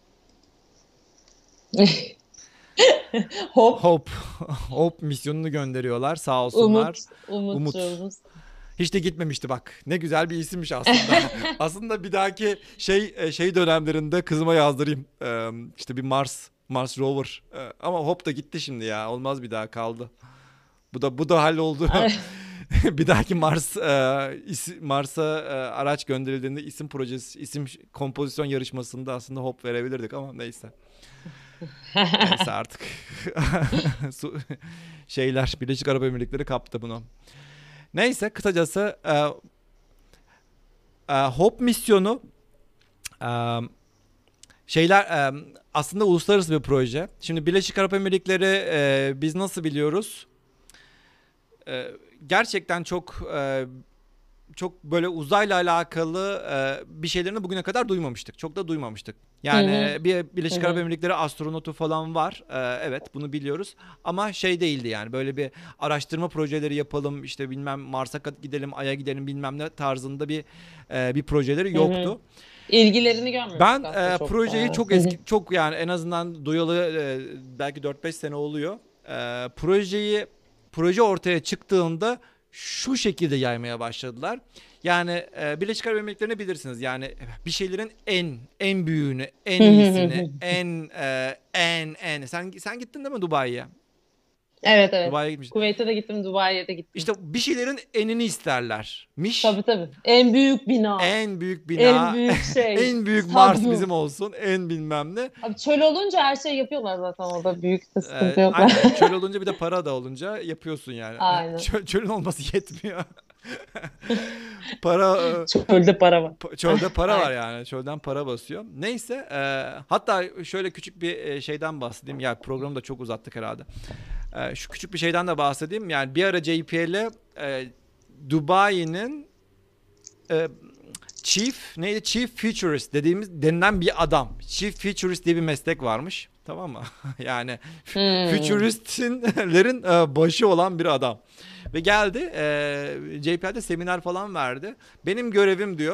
Hop, Hope Hope misyonunu gönderiyorlar, sağ umut, olsunlar. Umut. umutçuğumuz. Hiç de gitmemişti bak. Ne güzel bir isimmiş aslında. Aslında bir dahaki şey dönemlerinde kızıma yazdırayım. İşte bir Mars Rover. Ama hop da gitti şimdi ya. Olmaz, bir daha kaldı. Bu da halloldu. Bir dahaki Mars'a araç gönderildiğinde isim kompozisyon yarışmasında aslında hop verebilirdik ama neyse. Neyse artık. Birleşik Arap Emirlikleri kaptı bunu. Neyse, kısacası Hope misyonu e, aslında uluslararası bir proje. Şimdi Birleşik Arap Emirlikleri, biz nasıl biliyoruz? Gerçekten çok böyle uzayla alakalı bir şeylerini bugüne kadar duymamıştık. Çok da duymamıştık. Hı hı, Yani bir hı Birleşik Arap hı, Emirlikleri astronotu falan var. Evet, bunu biliyoruz. Ama şey değildi yani, böyle bir araştırma projeleri yapalım, işte bilmem Mars'a gidelim, Ay'a gidelim bilmem ne tarzında bir projeleri hı hı. yoktu. İlgilerini görmemiştik Ben aslında çok projeyi da. çok Hı hı, eski, çok yani en azından duyalı, belki 4-5 sene oluyor. Proje ortaya çıktığında şu şekilde yaymaya başladılar. Yani Birleşik Arap Emirlikleri'ni bilirsiniz. Yani bir şeylerin en büyüğünü, en hı hı, hı iyisini, hı. en sen gittin değil mi Dubai'ye? Evet evet. Dubai'ye gitmiş. Kuveyt'e de gittim, Dubai'ye de gittim. İşte bir şeylerin enini isterlermiş. Tabii tabii. En büyük bina, En büyük en bina, büyük şey, en büyük Mars bizim stadyum. olsun, en bilmem ne. Abi çöl olunca her şeyi yapıyorlar zaten orada. Büyük de sıkıntı yok. Aynen, çöl olunca bir de para da olunca yapıyorsun yani. Aynen. Çölün olması yetmiyor. Para Çölde para var. çölde para var Aynen. yani, çölden para basıyor. Neyse, hatta şöyle küçük bir şeyden bahsedeyim. Ya programı da çok uzattık herhalde. Şu küçük bir şeyden de bahsedeyim. Yani bir ara JPL'e Dubai'nin e, Chief Futurist denilen bir adam. Chief Futurist diye bir meslek varmış. Tamam mı? Yani Hmm. futuristlerin başı olan bir adam. Ve geldi, JPL'de seminer falan verdi. Benim görevim diyor,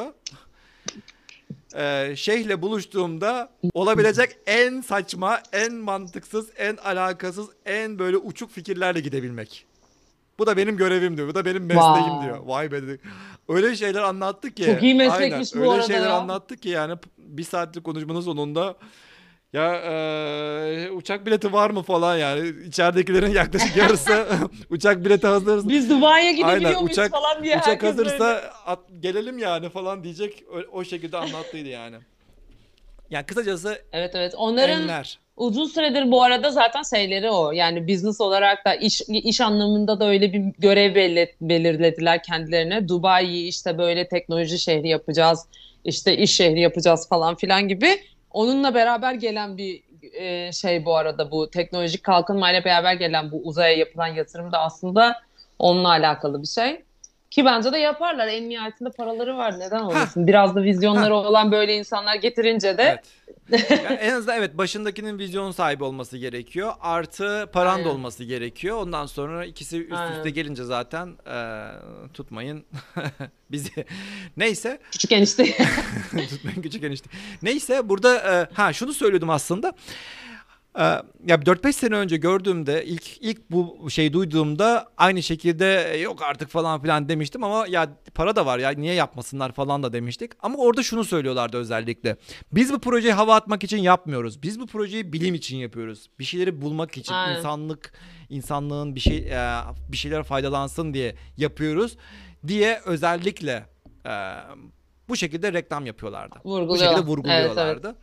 şeyhle buluştuğumda olabilecek en saçma, en mantıksız, en alakasız, en böyle uçuk fikirlerle gidebilmek. Bu da benim görevim diyor. Bu da benim mesleğim diyor. Wow. Vay be dedik. Öyle şeyler anlattı ki. Çok iyi Aynen. meslekmiş bu Öyle arada şeyler ya. anlattı ki yani bir saatlik konuşmanın sonunda ya uçak bileti var mı falan yani. İçeridekilerin yaklaşık yarısı uçak bileti hazır. Biz Dubai'ye Aynen, gidebiliyor muyuz falan diye uçak herkes böyle. hazırsa gelelim yani falan diyecek. O şekilde anlattıydı yani. Yani kısacası Evet evet. Onların enler. uzun süredir bu arada zaten şeyleri o. Yani business olarak da iş anlamında da öyle bir görev belirlediler kendilerine. Dubai'yi işte böyle teknoloji şehri yapacağız. İşte iş şehri yapacağız falan filan gibi. Onunla beraber gelen bir şey bu arada, bu teknolojik kalkınmayla beraber gelen bu uzaya yapılan yatırım da aslında onunla alakalı bir şey. Ki bence de yaparlar. En nihayetinde paraları var. Neden Ha, olmasın? Biraz da ha, vizyonları olan böyle insanlar getirince de evet. Ya en azından evet, başındakinin vizyon sahibi olması gerekiyor. Artı paran da aynen. olması gerekiyor. Ondan sonra ikisi üst üste Aynen. gelince zaten tutmayın bizi. Neyse. Küçük enişte. Tutmayın küçük enişte. Neyse burada şunu söylüyordum aslında. Ya 4-5 sene önce gördüğümde ilk bu şeyi duyduğumda aynı şekilde yok artık falan filan demiştim ama ya para da var ya niye yapmasınlar falan da demiştik. Ama orada şunu söylüyorlardı özellikle. Biz bu projeyi hava atmak için yapmıyoruz. Biz bu projeyi bilim için yapıyoruz. Bir şeyleri bulmak için, Aynen. insanlığın bir şeyler faydalansın diye yapıyoruz diye özellikle e, bu şekilde reklam yapıyorlardı. Bu şekilde Vurguluyorlar. Evet, evet. vurguluyorlardı.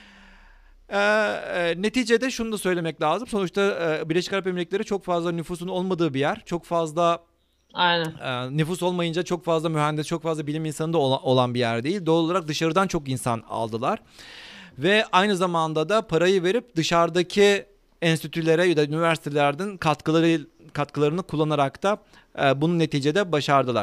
Neticede şunu da söylemek lazım. Sonuçta Birleşik Arap Emirlikleri çok fazla nüfusun olmadığı bir yer. Çok fazla Aynen. nüfus olmayınca çok fazla mühendis, çok fazla bilim insanı da olan bir yer değil. Doğal olarak dışarıdan çok insan aldılar. Ve aynı zamanda da parayı verip dışarıdaki enstitülere ya da üniversitelerden katkılarını kullanarak da bunu neticede başardılar.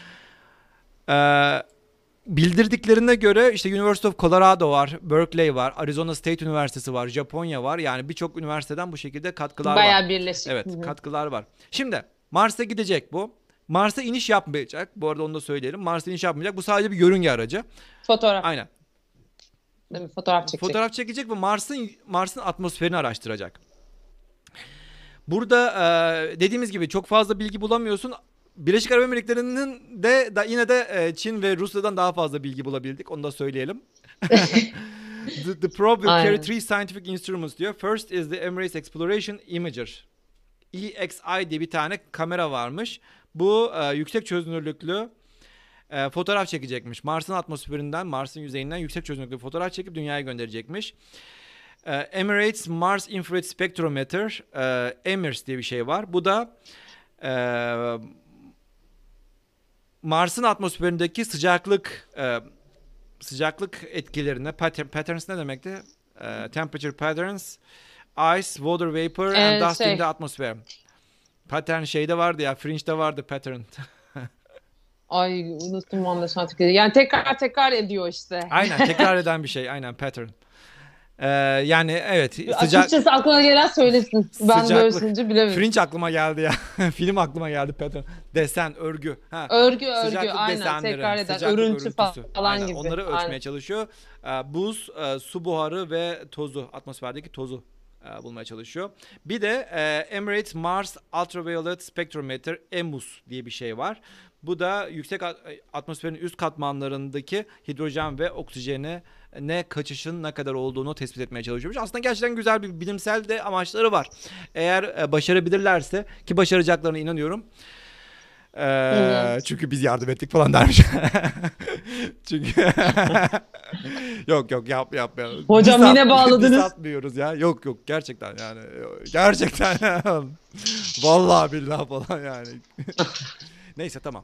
Ee, Bildirdiklerine göre işte University of Colorado var, Berkeley var, Arizona State Üniversitesi var, Japonya var. Yani birçok üniversiteden bu şekilde katkılar var. Bayağı birleşik. Hı Evet, hı. katkılar var. Şimdi Mars'a gidecek bu. Mars'a iniş yapmayacak. Bu arada onu da söyleyelim. Mars'a iniş yapmayacak. Bu sadece bir yörünge aracı. Fotoğraf. Aynen. Değil mi? Fotoğraf çekecek. Fotoğraf çekecek ve Mars'ın atmosferini araştıracak. Burada dediğimiz gibi çok fazla bilgi bulamıyorsun. Birleşik Arap Emirlikleri'nin yine de Çin ve Rusya'dan daha fazla bilgi bulabildik. Onu da söyleyelim. The probe will carry Aynen. three scientific instruments diyor. First is the Emirates Exploration Imager. EXI diye bir tane kamera varmış. Bu yüksek çözünürlüklü fotoğraf çekecekmiş. Mars'ın atmosferinden, Mars'ın yüzeyinden yüksek çözünürlüklü fotoğraf çekip dünyaya gönderecekmiş. Emirates Mars Infrared Spectrometer, EMIRS diye bir şey var. Bu da e, Mars'ın atmosferindeki sıcaklık etkilerine patterns ne demekti? Temperature patterns, ice, water vapor and dust in the atmosphere. Pattern şeyde vardı ya, Fringe'de vardı pattern. Ay unuttum vallahi şu an Türkçe'yi. Yani tekrar tekrar ediyor işte. Aynen, tekrar eden bir şey. Aynen, pattern. Yani evet, Açıkçası aklına gelen söylesin. Ben böyle sıcaklık. söyleyince bilemedim. Fringe aklıma geldi ya. Film aklıma geldi, pattern. Desen, örgü. Ha. Örgü Sıcaklık aynen desenleri, tekrar eden sıcaklık örüntü örüntüsü. falan Aynen, gibi. onları ölçmeye Aynen. çalışıyor. Buz, su buharı ve tozu, atmosferdeki tozu bulmaya çalışıyor. Bir de Emirates Mars Ultraviolet Spectrometer, EMUS diye bir şey var. Bu da yüksek atmosferin üst katmanlarındaki hidrojen ve oksijene kaçışın ne kadar olduğunu tespit etmeye çalışıyormuş. Aslında gerçekten güzel bir bilimsel de amaçları var. Eğer başarabilirlerse, ki başaracaklarına inanıyorum. Evet. Çünkü biz yardım ettik falan dermiş. Çünkü yok yapmayalım. Hocam yine bağladınız. Biz atmıyoruz ya. Yok gerçekten yani. Gerçekten. Vallahi billahi falan yani. Neyse, tamam.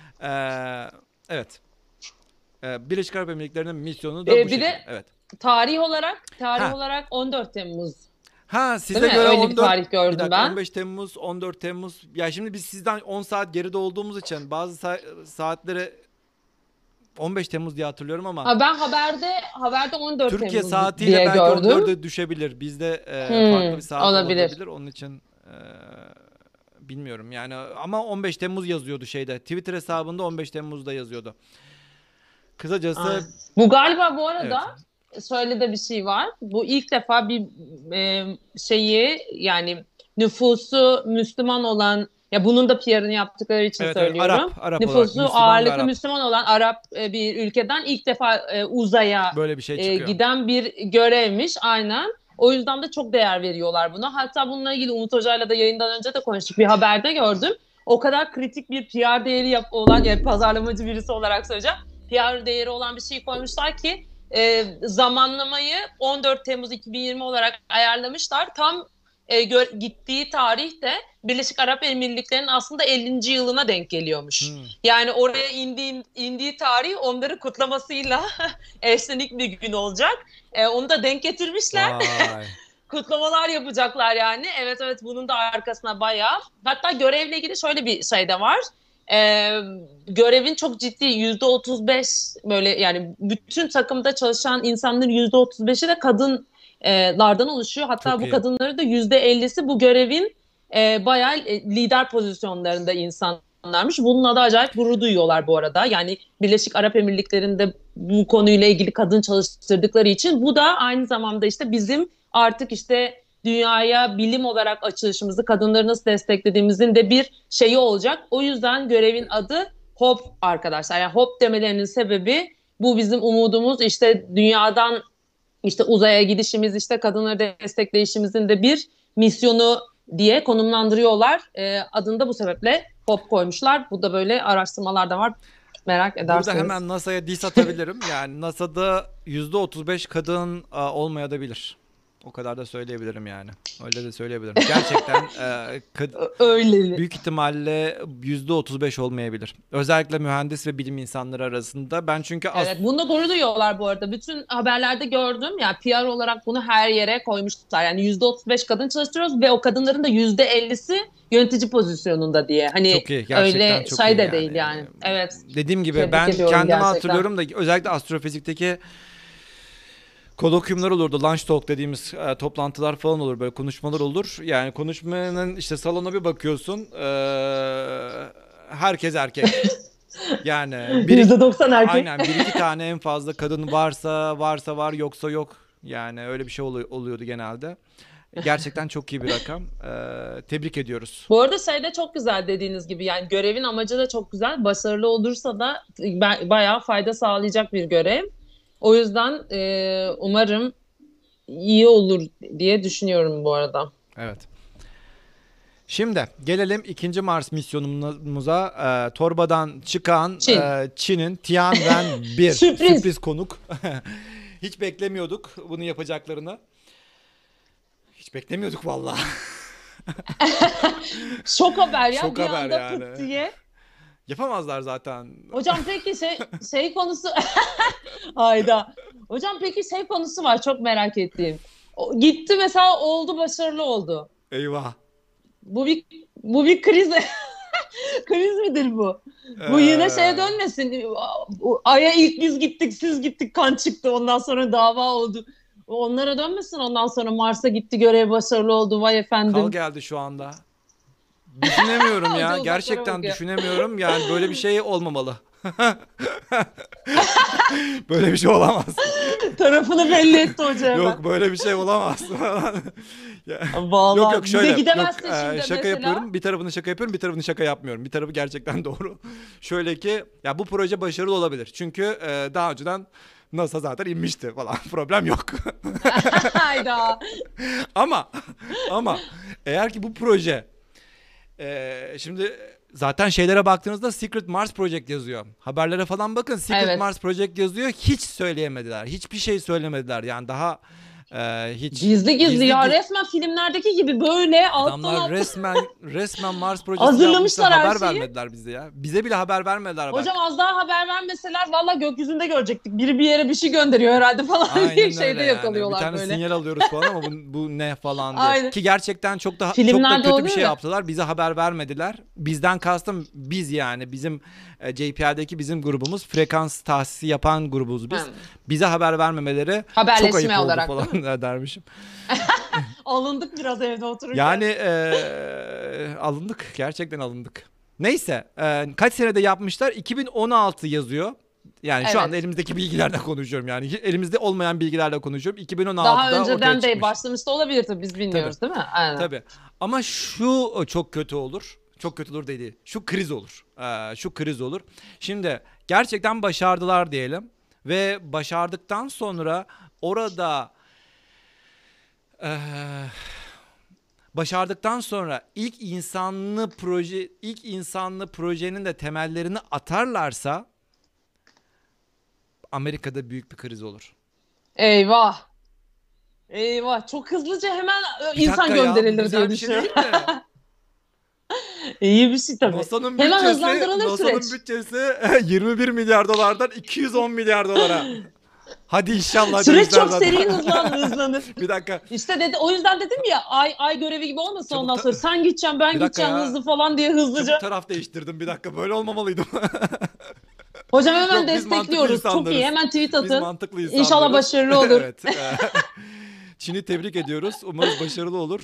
Evet. Birleşik Arap Emirlikleri'nin misyonu da bu Bir şekilde. de Evet. tarih olarak Ha. 14 Temmuz. Size Değil mi? göre Öyle bir 14, tarih bir gördüm dakika, ben. 15 Temmuz, 14 Temmuz. Ya şimdi biz sizden 10 saat geride olduğumuz için bazı saatleri 15 Temmuz diye hatırlıyorum ama Ha, ben haberde 14 Türkiye Temmuz saatiyle diye belki gördüm. 14'e düşebilir. Bizde farklı bir saat Olabilir. olabilir. Onun için bilmiyorum yani, ama 15 Temmuz yazıyordu şeyde. Twitter hesabında 15 Temmuz'da yazıyordu. Kısacası Aynen. Bu galiba bu evet. arada şöyle de bir şey var. Bu ilk defa bir şeyi yani nüfusu Müslüman olan ya bunun da PR'ını yaptıkları için Evet, söylüyorum. Arap olarak Nüfusu Müslüman ve ağırlıklı Arap. Müslüman olan Arap bir ülkeden ilk defa uzaya Böyle bir şey çıkıyor. giden bir görevmiş aynen. O yüzden de çok değer veriyorlar buna. Hatta bununla ilgili Umut Hoca'yla da yayından önce de konuştuk. Bir haberde gördüm. O kadar kritik bir PR değeri olan yani pazarlamacı birisi olarak söyleyeceğim. PR değeri olan bir şey koymuşlar ki zamanlamayı 14 Temmuz 2020 olarak ayarlamışlar. Tam gittiği tarih de Birleşik Arap Emirlikleri'nin aslında 50. yılına denk geliyormuş. Yani oraya indiği tarih onları kutlamasıyla eşlenik bir gün olacak. Onu da denk getirmişler. Kutlamalar yapacaklar yani. Evet bunun da arkasına bayağı. Hatta görevle ilgili şöyle bir şey de var. görevin çok ciddi %35 böyle yani bütün takımda çalışan insanların %35'i de kadınlardan oluşuyor. Hatta Çok bu iyi. kadınları da %50'si bu görevin bayağı lider pozisyonlarında insanlarmış. Bununla da acayip gurur duyuyorlar bu arada. Yani Birleşik Arap Emirlikleri'nde bu konuyla ilgili kadın çalıştırdıkları için bu da aynı zamanda işte bizim artık işte dünyaya bilim olarak açılışımızı, kadınları nasıl desteklediğimizin de bir şeyi olacak. O yüzden görevin adı HOP arkadaşlar. Yani HOP demelerinin sebebi bu bizim umudumuz. İşte dünyadan işte uzaya gidişimiz, işte kadınları destekleyişimizin de bir misyonu diye konumlandırıyorlar. Adını da bu sebeple HOP koymuşlar. Bu da böyle araştırmalar da var. Merak Burada ederseniz. hemen NASA'ya diss atabilirim. Yani NASA'da %35 kadın olmayabilir. O kadar da söyleyebilirim yani. Öyle de söyleyebilirim. Gerçekten Öyle. büyük ihtimalle %35 olmayabilir. Özellikle mühendis ve bilim insanları arasında. Ben çünkü Evet, bununla gurur duyuyorlar bu arada. Bütün haberlerde gördüm ya, PR olarak bunu her yere koymuşlar. Yani %35 kadın çalıştırıyoruz ve o kadınların da %50'si yönetici pozisyonunda diye. Hani çok iyi. Gerçekten öyle çok şey iyi de yani. değil yani. Evet. Dediğim gibi Tebrik ben ediyorum kendimi gerçekten. hatırlıyorum da özellikle astrofizikteki kolokyumlar olurdu. Lunch talk dediğimiz toplantılar falan olur. Böyle konuşmalar olur. Yani konuşmanın işte salona bir bakıyorsun. Herkes erkek. Yani %90 erkek. aynen bir iki tane en fazla kadın varsa var yoksa yok. Yani öyle bir şey oluyordu genelde. Gerçekten çok iyi bir rakam. Tebrik ediyoruz. Bu arada şey de çok güzel dediğiniz gibi, yani görevin amacı da çok güzel. Başarılı olursa da bayağı fayda sağlayacak bir görev. O yüzden umarım iyi olur diye düşünüyorum bu arada. Evet. Şimdi gelelim ikinci Mars misyonumuza. Torbadan çıkan Çin. Çin'in Tianwen 1 Sürpriz. sürpriz konuk. Hiç beklemiyorduk bunu yapacaklarını. Hiç beklemiyorduk vallahi. Şok haber ya, Şok bir haber anda yani. pıt diye. Yapamazlar zaten. Hocam peki şey konusu hayda. Hocam peki şey konusu var, çok merak ettiğim. Gitti mesela, oldu, başarılı oldu. Eyvah. Bu bir kriz. Kriz midir bu? Bu yine şeye Ee, dönmesin. Ay'a ilk biz gittik, siz gittik, kan çıktı. Ondan sonra dava oldu. Onlara dönmesin. Ondan sonra Mars'a gitti, görev başarılı oldu. Vay Kal efendim. geldi şu anda. Düşünemiyorum Hoca ya. uzaklara Gerçekten bakıyor. düşünemiyorum. Yani böyle bir şey olmamalı. Böyle bir şey olamaz. Tarafını belli etti hoca hemen. Yok böyle bir şey olamaz. Ya- Vallahi yok bize şöyle. Yok gidemezsin şimdi şaka mesela. yapıyorum. Bir tarafını şaka yapıyorum, bir tarafını şaka yapmıyorum. Bir tarafı gerçekten doğru. Şöyle ki ya bu proje başarılı olabilir. Çünkü daha önceden NASA zaten inmişti falan. Problem yok. Hayda. ama ama eğer ki bu proje şimdi zaten şeylere baktığınızda Secret Mars Project yazıyor. Haberlere falan bakın, Secret Evet. Mars Project yazıyor. Hiç söyleyemediler. Hiçbir şey söylemediler. Yani daha hiç Gizli gizli ya, gizli- resmen filmlerdeki gibi böyle alttan adamlar alttan. resmen Mars projesi Hazırlamışlar yapmışlar. her Haber şeyi. vermediler bize ya. Bize bile haber vermediler bak. Hocam az daha haber vermeseler valla gökyüzünde görecektik. Biri bir yere bir şey gönderiyor herhalde falan diye Aynen öyle şeyde yani. Bir yakalıyorlar tane böyle. sinyal alıyoruz falan ama bu ne falan diye. Aynen. Ki gerçekten çok da Filmlerde kötü bir oluyor şey ya. yaptılar. Bize haber vermediler. Bizden kastım biz yani. Bizim JPL'deki bizim grubumuz. Frekans tahsisi yapan grubuz biz. Hı. Bize haber vermemeleri Haberleşme çok ayıp oldu olarak falan dermişim. alındık biraz evde otururken. Yani alındık. Gerçekten alındık. Neyse. Kaç senede yapmışlar? 2016 yazıyor. Yani şu Evet. anda elimizdeki bilgilerden konuşuyorum yani. Elimizde olmayan bilgilerle konuşuyorum. 2016'da Daha ortaya önceden de çıkmış. başlamış da olabilir tabii, biz bilmiyoruz değil mi? Aynen. Tabii. Ama şu çok kötü olur. Çok kötü olur dedi. Şu kriz olur. Şu kriz olur. Şimdi gerçekten başardılar diyelim. Ve başardıktan sonra orada başardıktan sonra ilk insanlı projenin de temellerini atarlarsa Amerika'da büyük bir kriz olur. Eyvah. Eyvah. Çok hızlıca hemen Bir insan dakika ya, bu gönderilir güzel diye bir şey düşünüyorum. değil mi? İyi bir şey tabii. NASA'nın Hemen bütçesi, hızlandırılır süreç. 21 milyar dolardan 210 milyar dolara. Hadi inşallah Süreç demişler çok zaten. seri hızlanır. Bir dakika. İşte dedi, o yüzden dedim ya, ay görevi gibi olmasın Çabuk ondan sonra. Sen gideceksin, ben Bir dakika gideceğim ya. hızlı falan diye Çabuk hızlıca. taraf değiştirdim bir dakika. Böyle olmamalıydım. Hocam hemen Yok, biz mantıklı destekliyoruz. Çok iyi. insanlarız. Hemen tweet Biz atın. mantıklı İnşallah insanlarız. başarılı olur. Evet. Çin'i tebrik ediyoruz. Umarız başarılı olur.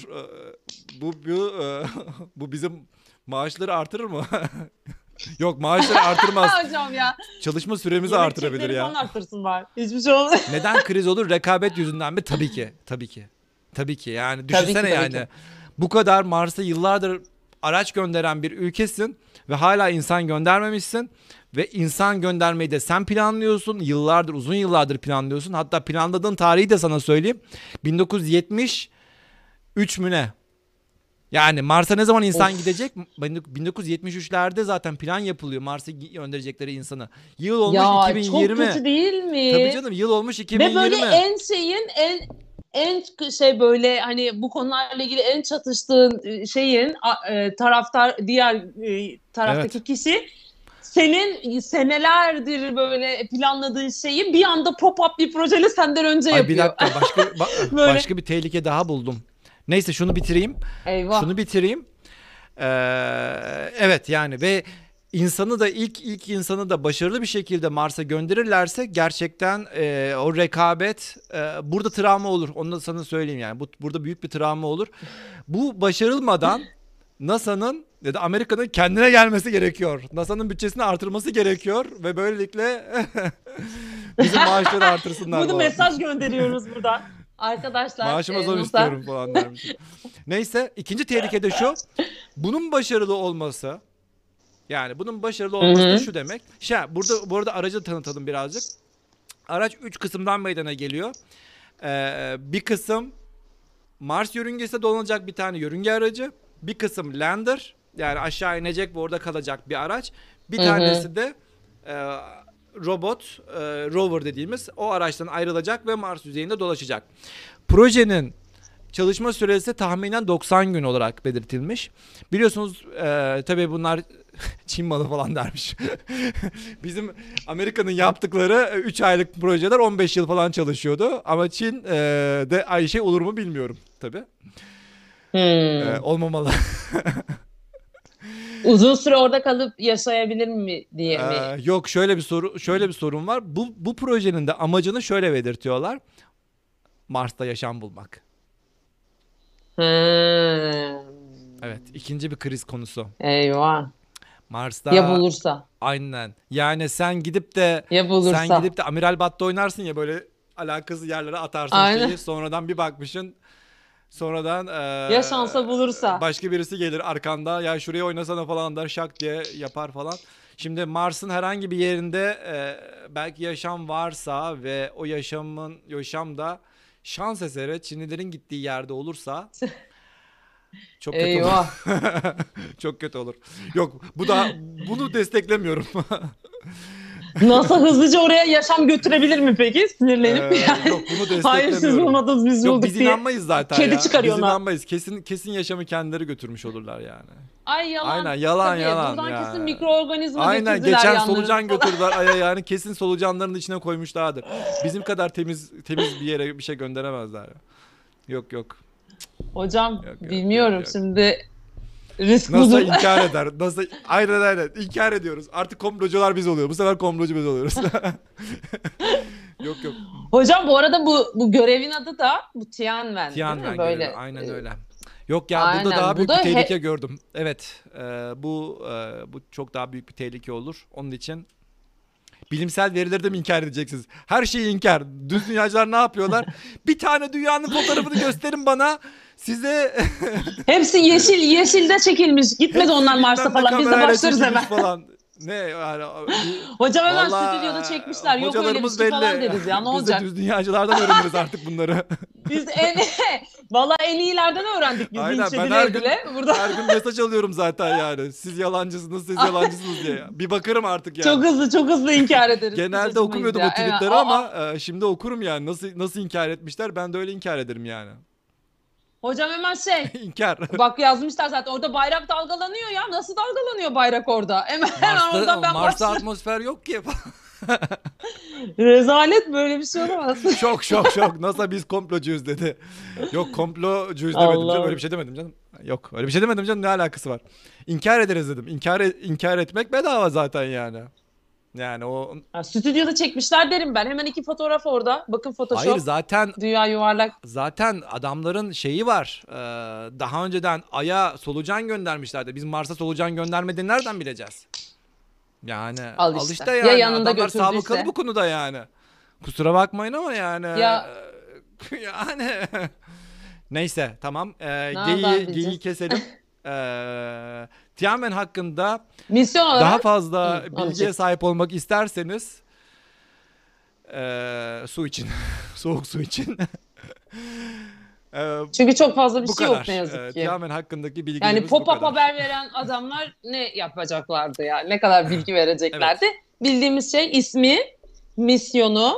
Bu bizim maaşları artırır mı? Yok, maaşları artırmaz. Hocam ya. Çalışma süremizi Yemek artırabilir çekleri ya. falan arttırsın bari. Hiçbir şey olmaz. Neden kriz olur? Rekabet yüzünden mi? Tabii ki. Tabii ki. Tabii ki. Yani Tabii ki, düşünsene tabii yani. ki. Bu kadar Mars'a yıllardır araç gönderen bir ülkesin ve hala insan göndermemişsin. Ve insan göndermeyi de sen planlıyorsun. Yıllardır, uzun yıllardır planlıyorsun. Hatta planladığın tarihi de sana söyleyeyim. 1973 mü ne? Yani Mars'a ne zaman insan Of. gidecek? 1973'lerde zaten plan yapılıyor. Mars'a gönderecekleri insanı. Yıl olmuş Ya 2020. çok kötü değil mi? Tabii canım, yıl olmuş 2020. Ve böyle en şey, böyle hani bu konularla ilgili en çatıştığın taraftar, diğer taraftaki Evet. kişi senin senelerdir böyle planladığın şeyi bir anda pop-up bir projeyle senden önce Ay bir yapıyor. dakika, Böyle. başka bir tehlike daha buldum. Neyse şunu bitireyim. Eyvah. Şunu bitireyim. Evet yani ve insanı da ilk insanı da başarılı bir şekilde Mars'a gönderirlerse gerçekten o rekabet burada travma olur. Onu da sana söyleyeyim yani. Burada büyük bir travma olur. Bu başarılmadan NASA'nın ya da Amerika'nın kendine gelmesi gerekiyor. NASA'nın bütçesini artırması gerekiyor ve böylelikle bizim maaşları artırsınlar. Bunu bu mesaj gönderiyoruz buradan. Arkadaşlar. Maaşıma zam istiyorum falan dermiş. Neyse, ikinci tehlike de şu. Bunun başarılı olması, yani bunun başarılı olması da şu demek. Bu arada aracı tanıtalım birazcık. Araç 3 kısımdan meydana geliyor. Bir kısım Mars yörüngesinde dolanacak bir tane yörünge aracı. Bir kısım lander, yani aşağı inecek ve orada kalacak bir araç. Bir tanesi de robot, rover dediğimiz o araçtan ayrılacak ve Mars yüzeyinde dolaşacak. Projenin çalışma süresi tahminen 90 gün olarak belirtilmiş. Biliyorsunuz tabii bunlar Çin malı falan dermiş. Bizim Amerika'nın yaptıkları 3 aylık projeler 15 yıl falan çalışıyordu. Ama Çin de aynı şey olur mu bilmiyorum tabii. Olmamalı. Uzun süre orada kalıp yaşayabilir mi diye mi? Yok, şöyle bir sorun var. Bu projenin de amacını şöyle belirtiyorlar. Mars'ta yaşam bulmak. Evet, ikinci bir kriz konusu. Eyvah. Mars'ta Ya bulursa? aynen. Yani sen gidip de Ya bulursa? Amiral Batt'ta oynarsın ya, böyle alakasız yerlere atarsın Aynen. şeyi. Sonradan bir bakmışsın. Sonradan Ya şansa bulursa? başka birisi gelir arkanda, ya şuraya oynasana falan der, şak diye yapar falan. Şimdi Mars'ın herhangi bir yerinde belki yaşam varsa ve o yaşam da şans eseri Çinlilerin gittiği yerde olursa çok kötü olur. Eyvah. Çok kötü olur. Yok, bunu desteklemiyorum. NASA hızlıca oraya yaşam götürebilir mi peki? Sinirlenip yani. Yok, bunu desteklemiyorum. Hayır, siz bulmadınız, biz Yok, bulduk biz diye. inanmayız zaten Kedi ya. çıkarıyor Biz ona. inanmayız. Kesin yaşamı kendileri götürmüş olurlar yani. Ay yalan. Aynen, yalan Tabii, yalan. buradan ya. kesin mikroorganizma Aynen, götürdüler geçen yanlarına solucan falan. götürdüler aya, yani kesin solucanların içine koymuşlardır. Bizim kadar temiz bir yere bir şey gönderemezler ya. Yok. Hocam Yok, bilmiyorum yok. şimdi, risk NASA budur. inkar eder. Aynen inkar ediyoruz. Artık komplocular biz oluyor. Bu sefer komplocu biz oluyoruz. Yok. Hocam bu arada bu görevin adı da bu Tianwen, değil mi? Tianwen Böyle. görevi. Aynen öyle. Yok ya, Aynen. burada daha Bu büyük da bir tehlike gördüm. Evet. Bu çok daha büyük bir tehlike olur. Onun için bilimsel verileri de mi inkar edeceksiniz? Her şeyi inkar. Düz dünyacılar ne yapıyorlar? Bir tane dünyanın fotoğrafını gösterin bana. Size Hepsi yeşilde çekilmiş. Gitmedi onlar Mars'a bilmem ne falan. Biz de kamerayla başlarız çekilmiş hemen. falan. Ne yani? Hocam hemen Vallahi, stüdyoda çekmişler. Yok öyle bir hocalarımız şey falan belli. deriz ya. Ne Biz olacak? de düz dünyacılardan öğreniriz artık bunları. Biz vallahi en iyilerden öğrendik biz. Aynen, Linç ben edile her gün, edile. Burada her gün mesaj alıyorum zaten yani. Siz yalancısınız diye. Bir bakarım artık yani. çok hızlı inkar ederiz. Genelde Şaşırmayız okumuyordum ya. o tweetleri Evet. ama şimdi okurum yani. Nasıl inkar etmişler, ben de öyle inkar ederim yani. Hocam hemen İnkar. bak yazmışlar zaten, orada bayrak dalgalanıyor ya. Nasıl dalgalanıyor bayrak orada? Hemen oradan ben Mars'ta başlarım. atmosfer yok ki. Rezalet, böyle bir şey olamaz. Şok şok şok. NASA biz komplocuyuz dedi. Yok komplocuyuz demedim canım. Öyle bir Allah'ım. şey demedim canım. Yok öyle bir şey demedim canım. Ne alakası var? İnkar ederiz dedim. İnkar etmek bedava zaten yani. Yani o Ha, stüdyoda çekmişler derim ben. Hemen iki fotoğraf orada. Bakın hayır Photoshop. zaten Dünya yuvarlak. adamların şeyi var. Daha önceden Ay'a solucan göndermişlerdi. Biz Mars'a solucan göndermediğini nereden bileceğiz? Yani Al al işte. işte Ya yani yanında adamlar sabıkalı bu götürdüyse. konuda yani. Kusura bakmayın ama yani Ya yani neyse tamam. nereden Geyiği bileceğiz? keselim. Tiamen hakkında Misyon daha olarak fazla onu bilgiye diyecektim. sahip olmak isterseniz su için. Soğuk su için. Eee, Çünkü çok fazla bir bu şey yok ne kadar. yazık ki. Tiamen hakkındaki Yani bilgilerimiz bu pop-up kadar. haber veren adamlar ne yapacaklardı ya? Ne kadar bilgi Evet. vereceklerdi? Bildiğimiz şey ismi, misyonu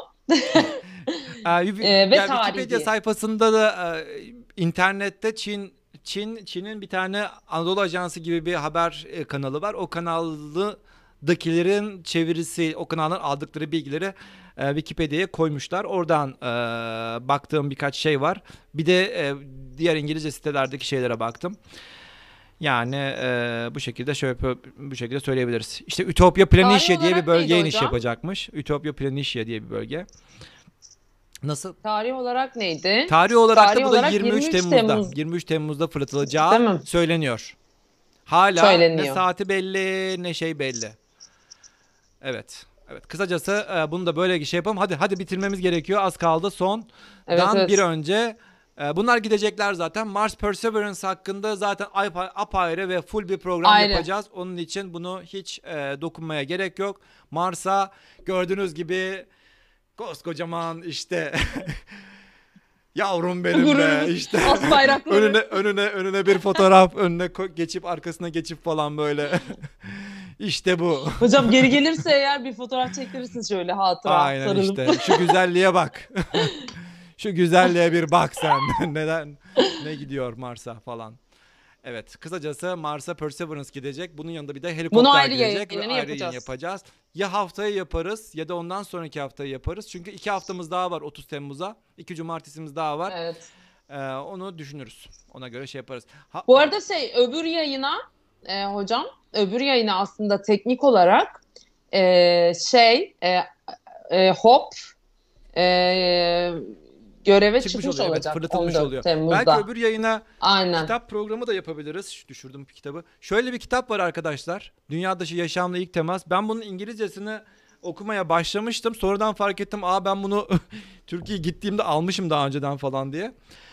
ve Ya Wikipedia tarihi. sayfasında da internette Çin'in bir tane Anadolu Ajansı gibi bir haber kanalı var. O kanaldakilerin çevirisi, o kanaldan aldıkları bilgileri Wikipedia'ya koymuşlar. Oradan baktığım birkaç şey var. Bir de diğer İngilizce sitelerdeki şeylere baktım. Yani bu şekilde söyleyebiliriz. İşte Ütopya Tarih Planitia diye bir olarak neydi bölgeye iniş hocam? yapacakmış. Ütopya Planitia diye bir bölge. Nasıl? Tarih olarak neydi? Tarih olarak da Tarih bu da olarak 23 23 Temmuz'da. Temmuz 23 Temmuz'da değil fırlatılacağı mi? söyleniyor. Hala ne Söyleniyor. saati belli ne şey belli. Evet. Evet. Kısacası bunu da böyle şey yapalım. Hadi bitirmemiz gerekiyor. Az kaldı. Evet, Sondan bir evet. önce bunlar gidecekler zaten. Mars Perseverance hakkında zaten apayrı ve full bir program Ayrı. yapacağız. Onun için bunu hiç dokunmaya gerek yok. Mars'a gördüğünüz gibi koskocaman işte yavrum benim be Gururumuz. işte As bayrakları. önüne bir fotoğraf geçip arkasına geçip falan böyle işte bu. Hocam geri gelirse eğer bir fotoğraf çektirirsiniz şöyle hatıra Aynen sarılıp. işte şu güzelliğe bak. Şu güzelliğe bir bak sen. Neden ne gidiyor Mars'a falan. Evet, kısacası Mars'a Perseverance gidecek. Bunun yanında bir de Bunu helikopter ayrı gidecek ve yayınını ayrı yayın yapacağız. yapacağız. Ya haftaya yaparız ya da ondan sonraki haftayı yaparız. Çünkü 2 haftamız daha var 30 Temmuz'a. 2 cumartesimiz daha var. Evet. Onu düşünürüz. Ona göre şey yaparız. Bu arada öbür yayına hocam, öbür yayına aslında teknik olarak Hop e, göreve Çıkmış çıkmış oluyor, evet, olacak fırlatılmış 14 oluyor. Belki Temmuz'da. öbür yayına Aynen. kitap programı da yapabiliriz. Düşürdüm bir kitabı. Şöyle bir kitap var arkadaşlar. Dünya dışı yaşamla ilk temas. Ben bunun İngilizcesini okumaya başlamıştım. Sonradan fark ettim. Ben bunu Türkiye'ye gittiğimde almışım daha önceden falan diye.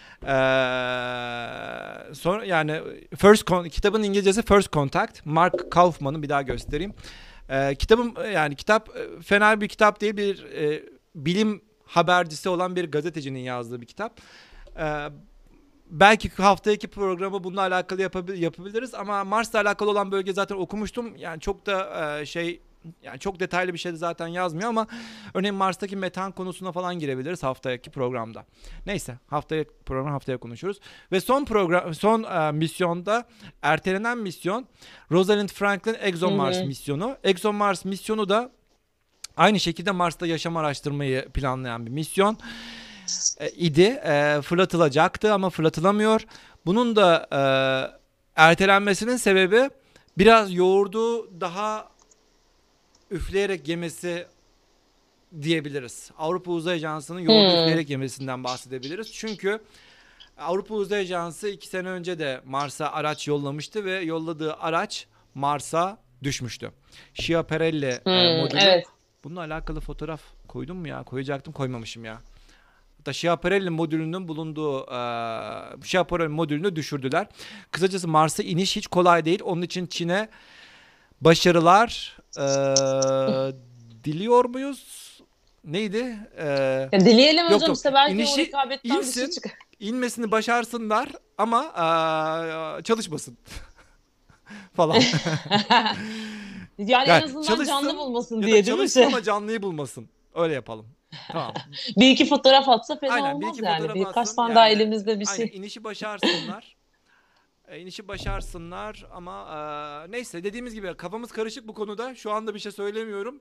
Sonra yani kitabın İngilizcesi First Contact. Mark Kaufman'ın, bir daha göstereyim. Kitap fena bir kitap değil, bir bilim habercisi olan bir gazetecinin yazdığı bir kitap. Ee, Belki haftaki programı bununla alakalı yapabiliriz ama Mars'la alakalı olan bölge zaten okumuştum. Yani çok da yani çok detaylı bir şey de zaten yazmıyor ama örneğin Mars'taki metan konusuna falan girebiliriz haftaki programda. Neyse, haftaya konuşuruz. Ve son misyonda, ertelenen misyon, Rosalind Franklin ExoMars Hı hı. misyonu. ExoMars misyonu da aynı şekilde Mars'ta yaşam araştırmayı planlayan bir misyon idi. Fırlatılacaktı ama fırlatılamıyor. Bunun da ertelenmesinin sebebi biraz yoğurdu daha üfleyerek yemesi diyebiliriz. Avrupa Uzay Ajansı'nın yoğurdu üfleyerek yemesinden bahsedebiliriz. Çünkü Avrupa Uzay Ajansı 2 sene önce de Mars'a araç yollamıştı ve yolladığı araç Mars'a düşmüştü. Schiaparelli modülü. Evet. Bununla alakalı fotoğraf koydum mu ya? Koyacaktım, koymamışım ya. Hatta Schiaparelli modülünün bulunduğu Schiaparelli modülünü düşürdüler. Kısacası Mars'a iniş hiç kolay değil. Onun için Çin'e başarılar diliyor muyuz? Neydi? Ya dileyelim Yok hocam, yok. işte belki o İnişi rekabetten bir şey insin, çıkar. inmesini başarsınlar ama çalışmasın falan. Yani en Yani azından canlı çalışsın bulmasın ya da diye değil mi çalışsın şey? ama canlıyı bulmasın. Öyle yapalım. Tamam. Bir iki fotoğraf atsa fena Aynen, bir olmaz iki yani. fotoğraf Birkaç atsın. tane daha Yani elimizde bir aynen şey. inişi başarsınlar. İnişi başarsınlar ama neyse, dediğimiz gibi kafamız karışık bu konuda. Şu anda bir şey söylemiyorum.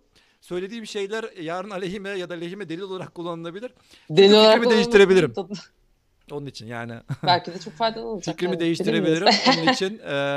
söylediğim şeyler yarın aleyhime ya da lehime delil olarak kullanılabilir. Deli Çünkü olarak fikrimi değiştirebilirim. kullanılması Onun için yani belki de çok faydalı olacak. fikrimi Evet, değiştirebilirim. bilemeyiz. Onun için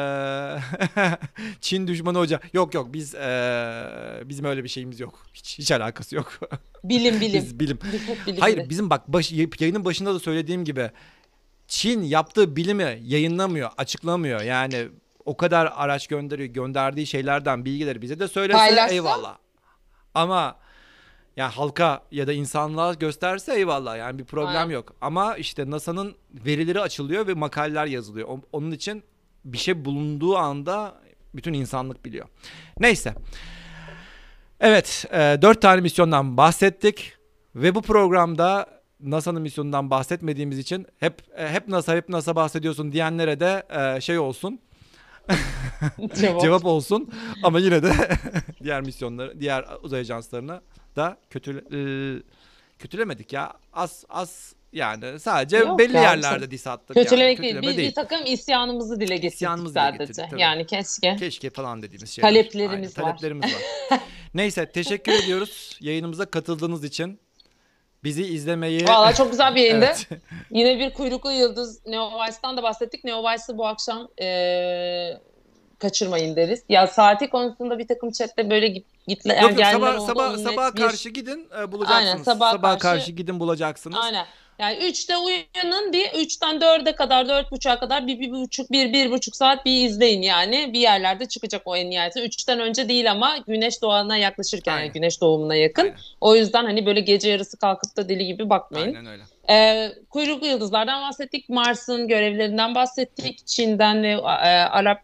Çin düşmanı hoca. Yok biz bizim öyle bir şeyimiz yok. Hiç alakası yok. Bilim bilim. Biz bilim. Biz hep bilimde. Hayır bizim bak yayının başında da söylediğim gibi Çin yaptığı bilimi yayınlamıyor, açıklamıyor. Yani o kadar araç gönderiyor, gönderdiği şeylerden bilgileri bize de söylese Paylaşsa? eyvallah. Ama ya halka ya da insanlığa gösterse eyvallah, yani bir problem Aynen. yok. Ama işte NASA'nın verileri açılıyor ve makaleler yazılıyor. Onun için bir şey bulunduğu anda bütün insanlık biliyor. Neyse. Evet, 4 tane misyondan bahsettik ve bu programda NASA'nın misyonundan bahsetmediğimiz için hep NASA bahsediyorsun diyenlere de şey olsun. Cevap olsun, ama yine de diğer misyonları, diğer uzay ajanslarına da kötülemedik ya. Az yani sadece Yok belli ya, yerlerde diss attık yani. kötülemek değil. Kötüleme Biz değil. bir takım isyanımızı dile getirdik İsyanımızı dile sadece. getirdik, tabii. Yani keşke. Keşke falan dediğimiz şeyler. Taleplerimiz Aynen, var. taleplerimiz var. Neyse, teşekkür ediyoruz yayınımıza katıldığınız için. Bizi izlemeyi... Valla çok güzel bir yayındı. Evet. Yine bir kuyruklu yıldız Neovice'dan da bahsettik. Neovice'ı bu akşam kaçırmayın deriz. Ya saati konusunda bir takım chatte böyle gitler Yok geldiler oldu. sabaha Net bir... karşı gidin bulacaksınız. Aynen, sabaha Karşı gidin bulacaksınız. Aynen. Yani 3'te uyanın, bir 3'ten 4'e kadar, 4.30'a kadar bir buçuk saat bir izleyin yani. Bir yerlerde çıkacak o en nihayetinde. 3'ten önce değil ama güneş doğana yaklaşırken, Aynen. yani güneş doğumuna yakın. Aynen. O yüzden hani böyle gece yarısı kalkıp da deli gibi bakmayın. Aynen öyle. Kuyruklu yıldızlardan bahsettik. Mars'ın görevlerinden bahsettik. Çin'den ve Arap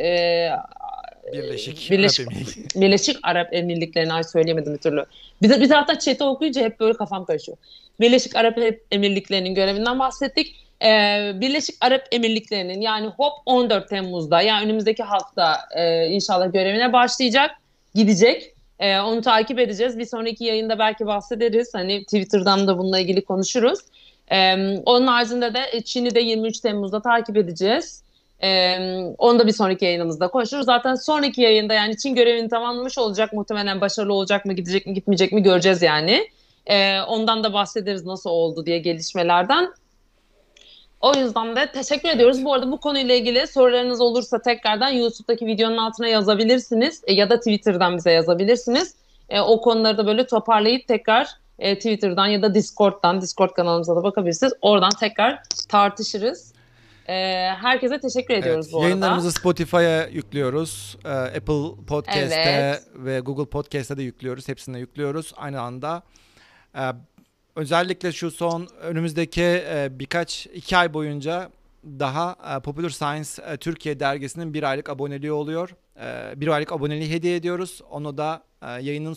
Birleşik Arap Emirlikleri'ni söyleyemedim bir türlü. Biz hatta chat'i okuyunca hep böyle kafam karışıyor. Birleşik Arap Emirlikleri'nin görevinden bahsettik. Birleşik Arap Emirlikleri'nin yani HOP 14 Temmuz'da, yani önümüzdeki hafta inşallah görevine başlayacak, gidecek. Onu takip edeceğiz. Bir sonraki yayında belki bahsederiz. Hani Twitter'dan da bununla ilgili konuşuruz. Onun haricinde de Çin'i de 23 Temmuz'da takip edeceğiz. Onu da bir sonraki yayınımızda konuşuruz. Zaten sonraki yayında yani Çin görevini tamamlamış olacak. Muhtemelen başarılı olacak mı, gidecek mi, gitmeyecek mi göreceğiz yani. Ondan da bahsederiz nasıl oldu diye, gelişmelerden. O yüzden de teşekkür ediyoruz. Bu arada bu konuyla ilgili sorularınız olursa tekrardan YouTube'daki videonun altına yazabilirsiniz. Ya da Twitter'dan bize yazabilirsiniz. O konuları da böyle toparlayıp tekrar Twitter'dan ya da Discord kanalımıza da bakabilirsiniz. Oradan tekrar tartışırız. Herkese teşekkür ediyoruz bu arada. Yayınlarımızı Spotify'a yüklüyoruz. Apple Podcast'te ve Google Podcast'te de yüklüyoruz. Hepsine yüklüyoruz aynı anda. Özellikle şu son önümüzdeki birkaç 2 ay boyunca daha Popular Science Türkiye dergisinin 1 aylık aboneliği oluyor. 1 aylık aboneliği hediye ediyoruz. Onu da yayının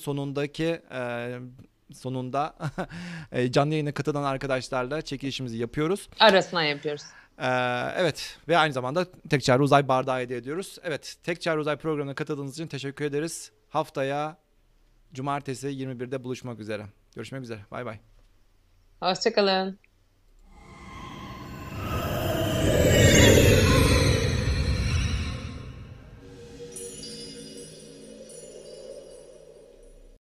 sonunda canlı yayına katılan arkadaşlarla çekilişimizi yapıyoruz. Arasına yapıyoruz. Evet, ve aynı zamanda Tek Çare Uzay bardağı hediye ediyoruz. Evet, Tek Çare Uzay programına katıldığınız için teşekkür ederiz. Haftaya Cumartesi 21'de buluşmak üzere. Görüşmek üzere. Bay bay. Hoşçakalın.